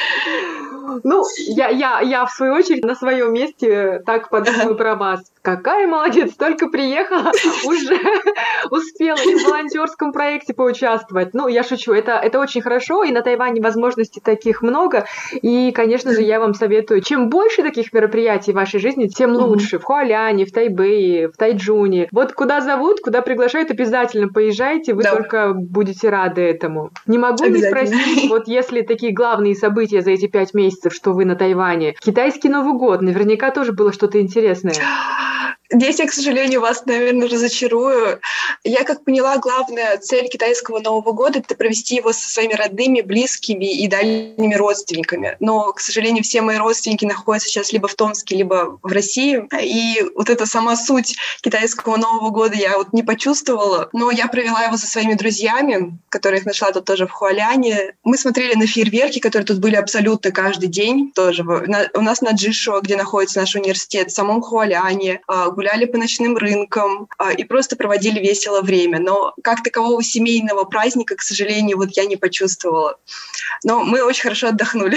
Ну, я в свою очередь на своем месте так подумаю про вас. Какая молодец, только приехала, уже успела и в волонтерском проекте поучаствовать. Ну, я шучу, это очень хорошо, и на Тайване возможностей таких много. И, конечно же, я вам советую, чем больше таких мероприятий в вашей жизни, тем лучше. В Хуаляне, в Тайбэе, в Тайчжуне. Вот куда зовут, куда приглашают, обязательно поезжайте, вы только будете рады этому. Не могу не спросить, вот если такие главные события за эти 5 месяцев, что вы на Тайване, китайский Новый год, наверняка тоже было что-то интересное. Здесь я, к сожалению, вас, наверное, разочарую. Я, как поняла, главная цель китайского Нового года — это провести его со своими родными, близкими и дальними родственниками. Но, к сожалению, все мои родственники находятся сейчас либо в Томске, либо в России. И вот эта сама суть китайского Нового года я вот не почувствовала. Но я провела его со своими друзьями, которых нашла тут тоже в Хуаляне. Мы смотрели на фейерверки, которые тут были абсолютно каждый день. Тоже у нас на Джишо, где находится наш университет, в самом Хуаляне, гуляли по ночным рынкам и просто проводили весело время. Но как такового семейного праздника, к сожалению, вот я не почувствовала. Но мы очень хорошо отдохнули.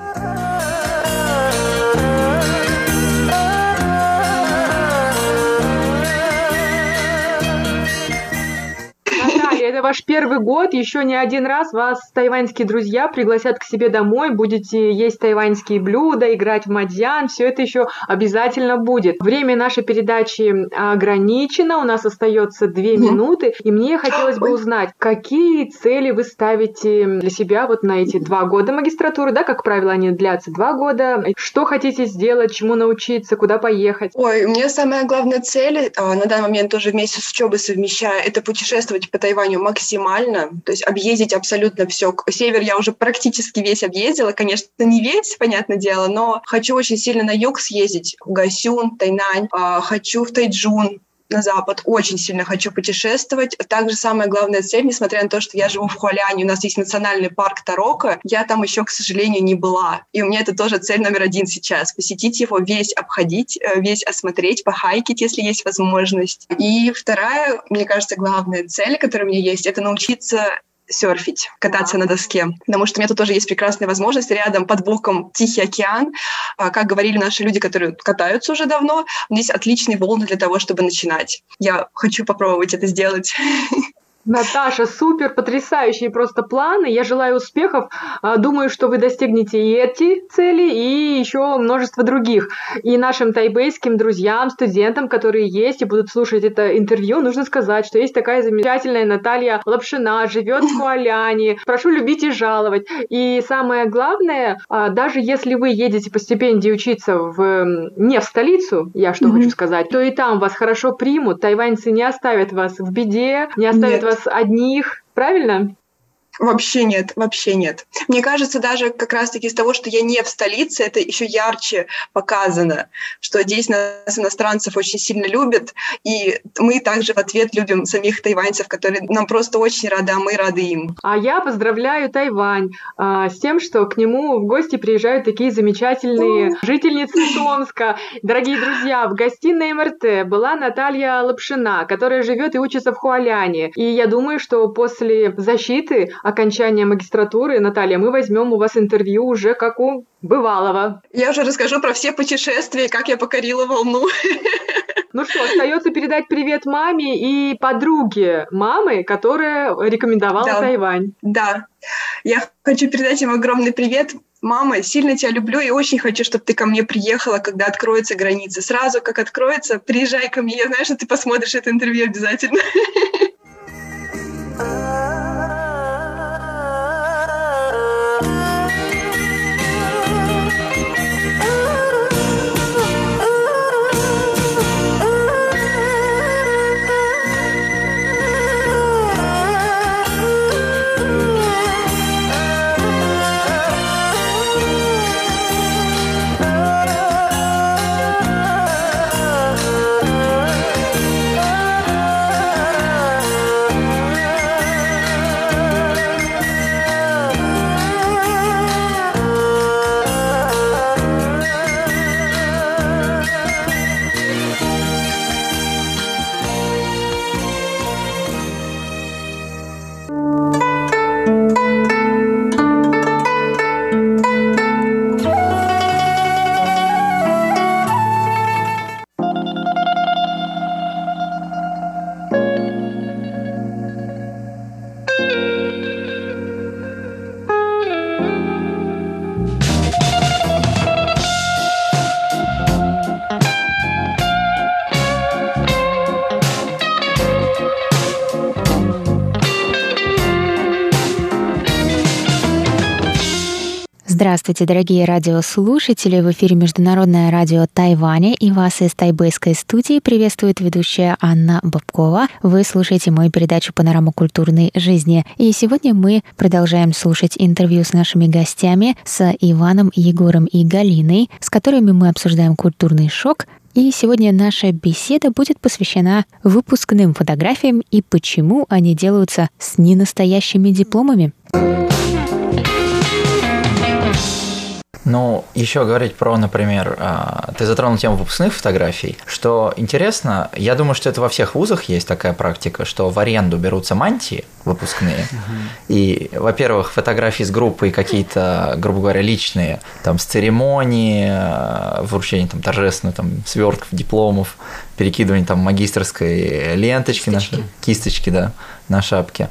Это ваш первый год, еще не один раз вас тайваньские друзья пригласят к себе домой, будете есть тайваньские блюда, играть в мадьян, все это еще обязательно будет. Время нашей передачи ограничено, у нас остается 2 минуты, и мне хотелось бы узнать, какие цели вы ставите для себя вот на эти 2 года магистратуры, да, как правило, они длятся 2 года, что хотите сделать, чему научиться, куда поехать? Ой, у меня самая главная цель, на данный момент тоже вместе с учебой совмещаю, это путешествовать по Тайваню максимально, то есть объездить абсолютно все. Север я уже практически весь объездила, конечно, не весь, понятное дело, но хочу очень сильно на юг съездить, в Гасюн, Тайнань, хочу в Тайчжун, на запад, очень сильно хочу путешествовать. Также самая главная цель, несмотря на то, что я живу в Хуаляне, у нас есть национальный парк Тарока, я там еще, к сожалению, не была. И у меня это тоже цель номер 1 сейчас. Посетить его, весь обходить, весь осмотреть, похайкить, если есть возможность. И вторая, мне кажется, главная цель, которая у меня есть, это научиться серфить, кататься на доске. Потому что у меня тут тоже есть прекрасная возможность. Рядом, под боком, Тихий океан. Как говорили наши люди, которые катаются уже давно, здесь отличные волны для того, чтобы начинать. Я хочу попробовать это сделать. Наташа, супер, потрясающие просто планы. Я желаю успехов. Думаю, что вы достигнете и эти цели, и еще множество других. И нашим тайбэйским друзьям, студентам, которые есть и будут слушать это интервью, нужно сказать, что есть такая замечательная Наталья Лапшина, живет в Хуаляне. Прошу любить и жаловать. И самое главное, даже если вы едете по стипендии учиться не в столицу, я что хочу сказать, то и там вас хорошо примут. Тайваньцы не оставят вас в беде, не оставят вас одних, правильно? Вообще нет, вообще нет. Мне кажется, даже как раз-таки из того, что я не в столице, это еще ярче показано, что здесь нас, иностранцев, очень сильно любят, и мы также в ответ любим самих тайваньцев, которые нам просто очень рады, а мы рады им. А я поздравляю Тайвань с тем, что к нему в гости приезжают такие замечательные жительницы Томска. Дорогие друзья, в гостиной МРТ была Наталья Лапшина, которая живет и учится в Хуаляне. И я думаю, что после защиты окончания магистратуры, Наталья, мы возьмем у вас интервью уже как у бывалого. Я уже расскажу про все путешествия, как я покорила волну. Ну что, остается передать привет маме и подруге мамы, которая рекомендовала Тайвань. Да, я хочу передать им огромный привет. Мама, сильно тебя люблю и очень хочу, чтобы ты ко мне приехала, когда откроются границы. Сразу, как откроется, приезжай ко мне. Я знаю, что ты посмотришь это интервью обязательно. Здравствуйте, дорогие радиослушатели! В эфире Международное радио Тайваня, и вас из тайбэйской студии приветствует ведущая Анна Бабкова. Вы слушаете мою передачу «Панорама культурной жизни». И сегодня мы продолжаем слушать интервью с нашими гостями, с Иваном, Егором и Галиной, с которыми мы обсуждаем культурный шок. И сегодня наша беседа будет посвящена выпускным фотографиям и почему они делаются с ненастоящими дипломами. Ну, еще говорить про, например, ты затронул тему выпускных фотографий. Что интересно, я думаю, что это во всех вузах есть такая практика, что в аренду берутся мантии выпускные. И, во-первых, фотографии с группой какие-то, грубо говоря, личные, там, с церемонии, вручения там, торжественных, там, свертков, дипломов, перекидывание там магистерской ленточки, кисточки, да, на шапке.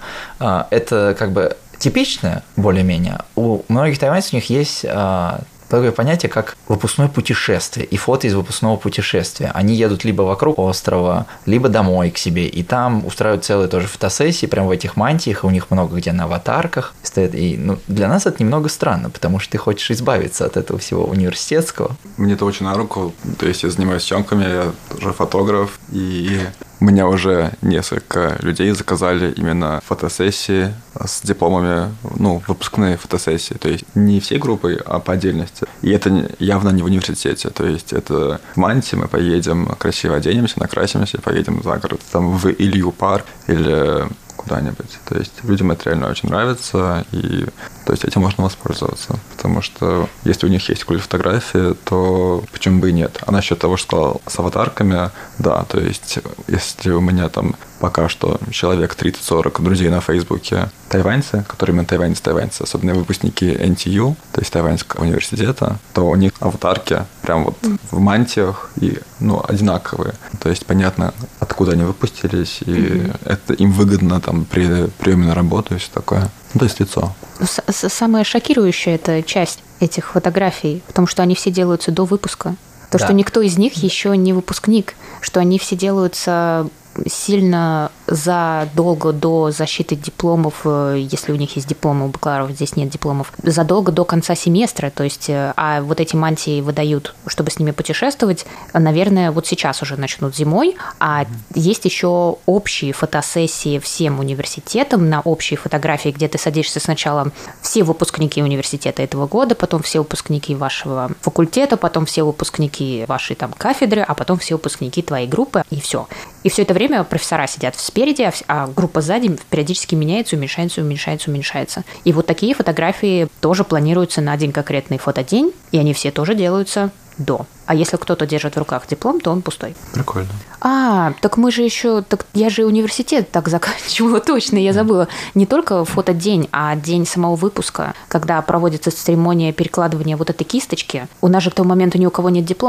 Это как бы типичное, более-менее. У многих тайваньцев у них есть такое понятие, как выпускное путешествие и фото из выпускного путешествия. Они едут либо вокруг острова, либо домой к себе, и там устраивают целые тоже фотосессии прямо в этих мантиях, и у них много где на аватарках стоят. И для нас это немного странно, потому что ты хочешь избавиться от этого всего университетского. Мне это очень на руку, то есть я занимаюсь съемками, я тоже фотограф, и у меня уже несколько людей заказали именно фотосессии с дипломами, выпускные фотосессии, то есть не всей группой, а по отдельности. И это явно не в университете, то есть это в Манте мы поедем, красиво оденемся, накрасимся, поедем за город, там в Илью парк или куда-нибудь. То есть людям это реально очень нравится, и то есть этим можно воспользоваться, потому что если у них есть культ фотографии, то почему бы и нет. А насчет того, что сказал с аватарками, да, то есть если у меня там пока что человек 30-40 друзей на Фейсбуке тайваньцы, которые именно тайваньцы, особенно выпускники NTU, то есть Тайваньского университета, то у них аватарки прям вот в мантиях и одинаковые. То есть понятно, откуда они выпустились, и это им выгодно там при приеме на работу и все такое. То есть лицо. Самая шокирующая это часть этих фотографий, потому что они все делаются до выпуска. То, что никто из них еще не выпускник, что они все делаются сильно задолго до защиты дипломов, если у них есть дипломы, у бакалавров здесь нет дипломов, задолго до конца семестра, то есть, а вот эти мантии выдают, чтобы с ними путешествовать, наверное, вот сейчас уже начнут зимой, а есть еще общие фотосессии всем университетам на общие фотографии, где ты садишься сначала все выпускники университета этого года, потом все выпускники вашего факультета, потом все выпускники вашей там кафедры, а потом все выпускники твоей группы, и все. И все это время профессора сидят спереди, а группа сзади периодически меняется, уменьшается. И вот такие фотографии тоже планируются на один конкретный фотодень, и они все тоже делаются до. А если кто-то держит в руках диплом, то он пустой. Прикольно. Так мы же еще... Так я же университет так заканчивала, точно, я забыла. Не только фотодень, а день самого выпуска, когда проводится церемония перекладывания вот этой кисточки. У нас же к тому моменту ни у кого нет дипломов.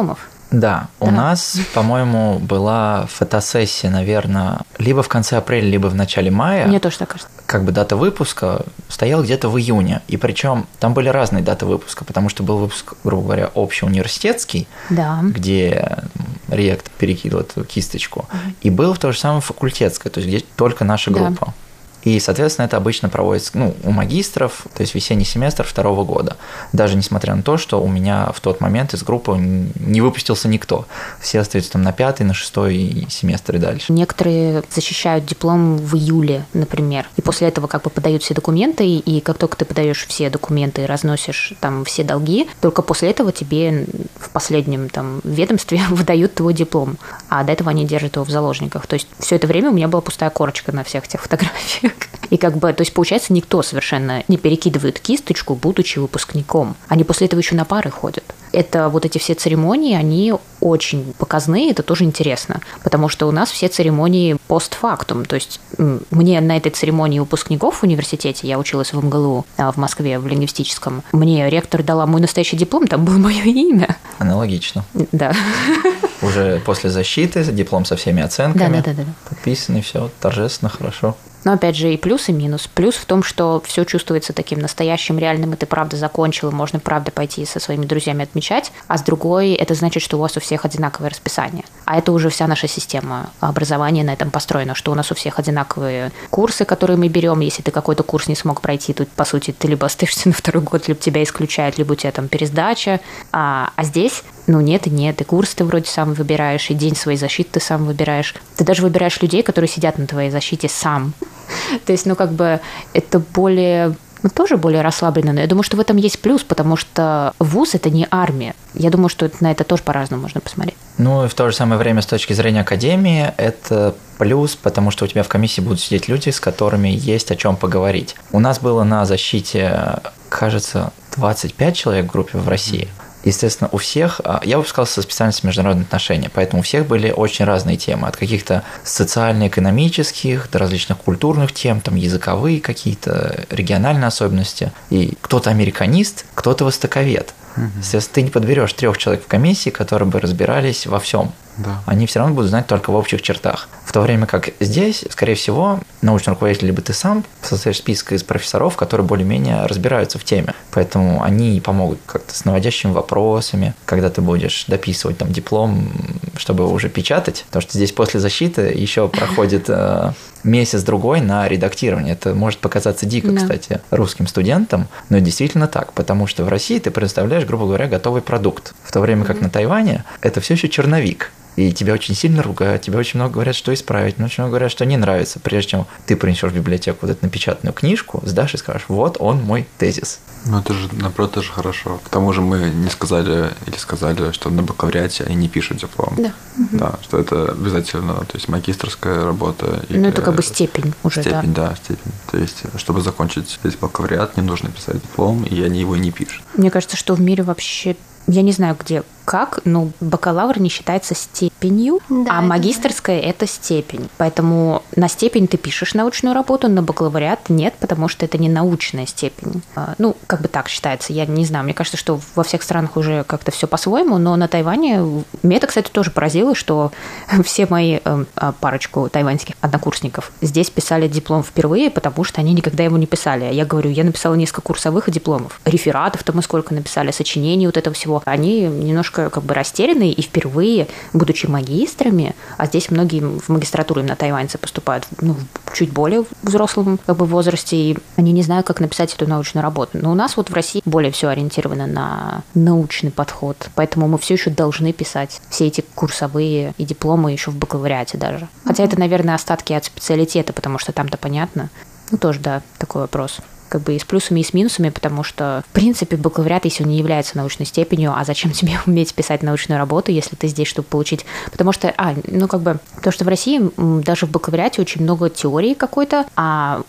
Да, у нас, по-моему, была фотосессия, наверное, либо в конце апреля, либо в начале мая. Мне тоже так кажется. Как бы дата выпуска стояла где-то в июне. И причем там были разные даты выпуска, потому что был выпуск, грубо говоря, общеуниверситетский, где ректор перекидывал эту кисточку, и был то же самое факультетское, то есть где только наша группа. И, соответственно, это обычно проводится у магистров, то есть весенний семестр 2-го года. Даже несмотря на то, что у меня в тот момент из группы не выпустился никто. Все остаются там на 5-й, на 6-й семестр и дальше. Некоторые защищают диплом в июле, например. И после этого как бы подают все документы, и как только ты подаешь все документы и разносишь там все долги, только после этого тебе в последнем там ведомстве выдают твой диплом. А до этого они держат его в заложниках. То есть все это время у меня была пустая корочка на всех этих фотографиях. И как бы, то есть, получается, никто совершенно не перекидывает кисточку, будучи выпускником. Они после этого еще на пары ходят. Это вот эти все церемонии, они очень показные, это тоже интересно, потому что у нас все церемонии постфактум. То есть мне на этой церемонии выпускников в университете, я училась в МГЛУ в Москве, в лингвистическом, мне ректор дала мой настоящий диплом, там было мое имя. Аналогично. Да. Уже после защиты, диплом со всеми оценками, подписанный, все торжественно, хорошо. Но опять же и плюс, и минус. Плюс в том, что все чувствуется таким настоящим, реальным, и ты правда закончил, и можно правда пойти со своими друзьями отмечать. А с другой, это значит, что у вас у всех одинаковое расписание. А это уже вся наша система образования на этом построена, что у нас у всех одинаковые курсы, которые мы берем. Если ты какой-то курс не смог пройти, то, по сути, ты либо остаешься на 2-й год, либо тебя исключают, либо у тебя там пересдача. А здесь, нет и нет. И курс ты вроде сам выбираешь, и день своей защиты ты сам выбираешь. Ты даже выбираешь людей, которые сидят на твоей защите сам. То есть, это более, тоже более расслабленно. Но я думаю, что в этом есть плюс, потому что вуз – это не армия. Я думаю, что на это тоже по-разному можно посмотреть. И в то же самое время, с точки зрения академии, это плюс, потому что у тебя в комиссии будут сидеть люди, с которыми есть о чем поговорить. У нас было на защите, кажется, 25 человек в группе в России. Естественно, у всех, я выпускался со специальностью международные отношения, поэтому у всех были очень разные темы, от каких-то социально-экономических до различных культурных тем, там языковые какие-то, региональные особенности. И кто-то американист, кто-то востоковед. Естественно, ты не подберешь 3 человек в комиссии, которые бы разбирались во всем. Да. Они все равно будут знать только в общих чертах. В то время как здесь, скорее всего, научный руководитель либо ты сам составишь список из профессоров, которые более-менее разбираются в теме. Поэтому они помогут как-то с наводящими вопросами, когда ты будешь дописывать там диплом, чтобы уже печатать. Потому что здесь после защиты еще проходит месяц-другой на редактирование. Это может показаться дико, кстати, русским студентам, но это действительно так, потому что в России ты предоставляешь, грубо говоря, готовый продукт. В то время как на Тайване это все еще черновик. И тебя очень сильно ругают, тебе очень много говорят, что исправить, но очень много говорят, что не нравится. Прежде чем ты принесешь в библиотеку вот эту напечатанную книжку, сдашь и скажешь, вот он мой тезис. Это же, наоборот, тоже хорошо. К тому же мы не сказали или сказали, что на бакалавриате они не пишут диплом. Да. Да, что это обязательно, то есть магистерская работа. Это как бы степень уже, степень, да, степень. То есть, чтобы закончить весь бакалавриат, не нужно писать диплом, и они его не пишут. Мне кажется, что в мире вообще, я не знаю, где, как, но бакалавр не считается степенью, а магистерская – это степень. Поэтому на степень ты пишешь научную работу, на бакалавриат нет, потому что это не научная степень. Как бы так считается, я не знаю. Мне кажется, что во всех странах уже как-то все по-своему, но на Тайване меня это, кстати, тоже поразило, что все мои парочку тайваньских однокурсников здесь писали диплом впервые, потому что они никогда его не писали. Я говорю, я написала несколько курсовых дипломов, рефератов-то мы сколько написали, сочинений вот этого всего. Они немножко как бы растерянные и впервые, будучи магистрами, а здесь многие в магистратуру на тайваньцы поступают в чуть более взрослом как бы возрасте, и они не знают, как написать эту научную работу. Но у нас вот в России более все ориентировано на научный подход, поэтому мы все еще должны писать все эти курсовые и дипломы еще в бакалавриате даже. Хотя это, наверное, остатки от специалитета, потому что там-то понятно. Тоже, да, такой вопрос. Как бы и с плюсами, и с минусами, потому что, в принципе, бакалавриат, если он не является научной степенью, а зачем тебе уметь писать научную работу, если ты здесь, чтобы получить... Потому что, потому что в России даже в бакалавриате очень много теории какой-то, а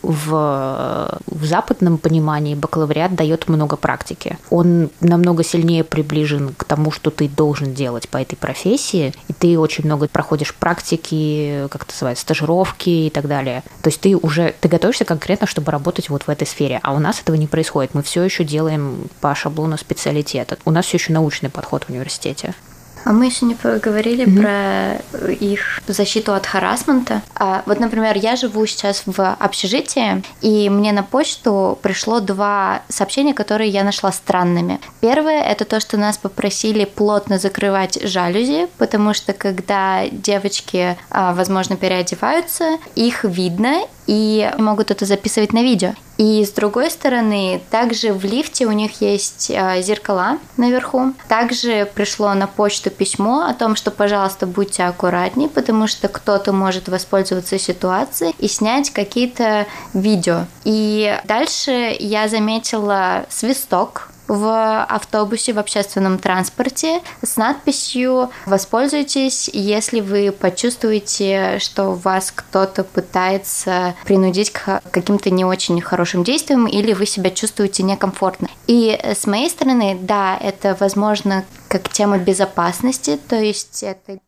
в западном понимании бакалавриат дает много практики. Он намного сильнее приближен к тому, что ты должен делать по этой профессии, и ты очень много проходишь практики, как это называется, стажировки и так далее. То есть ты готовишься конкретно, чтобы работать вот в этой сфере. А у нас этого не происходит. Мы все еще делаем по шаблону специалитета. У нас все еще научный подход в университете. А мы еще не поговорили про их защиту от харассмента. Вот, например, я живу сейчас в общежитии, и мне на почту пришло 2 сообщения, которые я нашла странными. Первое – это то, что нас попросили плотно закрывать жалюзи, потому что когда девочки, возможно, переодеваются, их видно, и могут это записывать на видео. И с другой стороны, также в лифте у них есть зеркала наверху. Также пришло на почту письмо о том, что, пожалуйста, будьте аккуратнее, потому что кто-то может воспользоваться ситуацией и снять какие-то видео. И дальше я заметила свисток в автобусе, в общественном транспорте с надписью «Воспользуйтесь, если вы почувствуете, что вас кто-то пытается принудить к каким-то не очень хорошим действиям или вы себя чувствуете некомфортно». И с моей стороны, да, это, возможно, как тема безопасности, то есть это...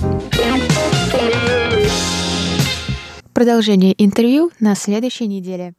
Продолжение интервью на следующей неделе.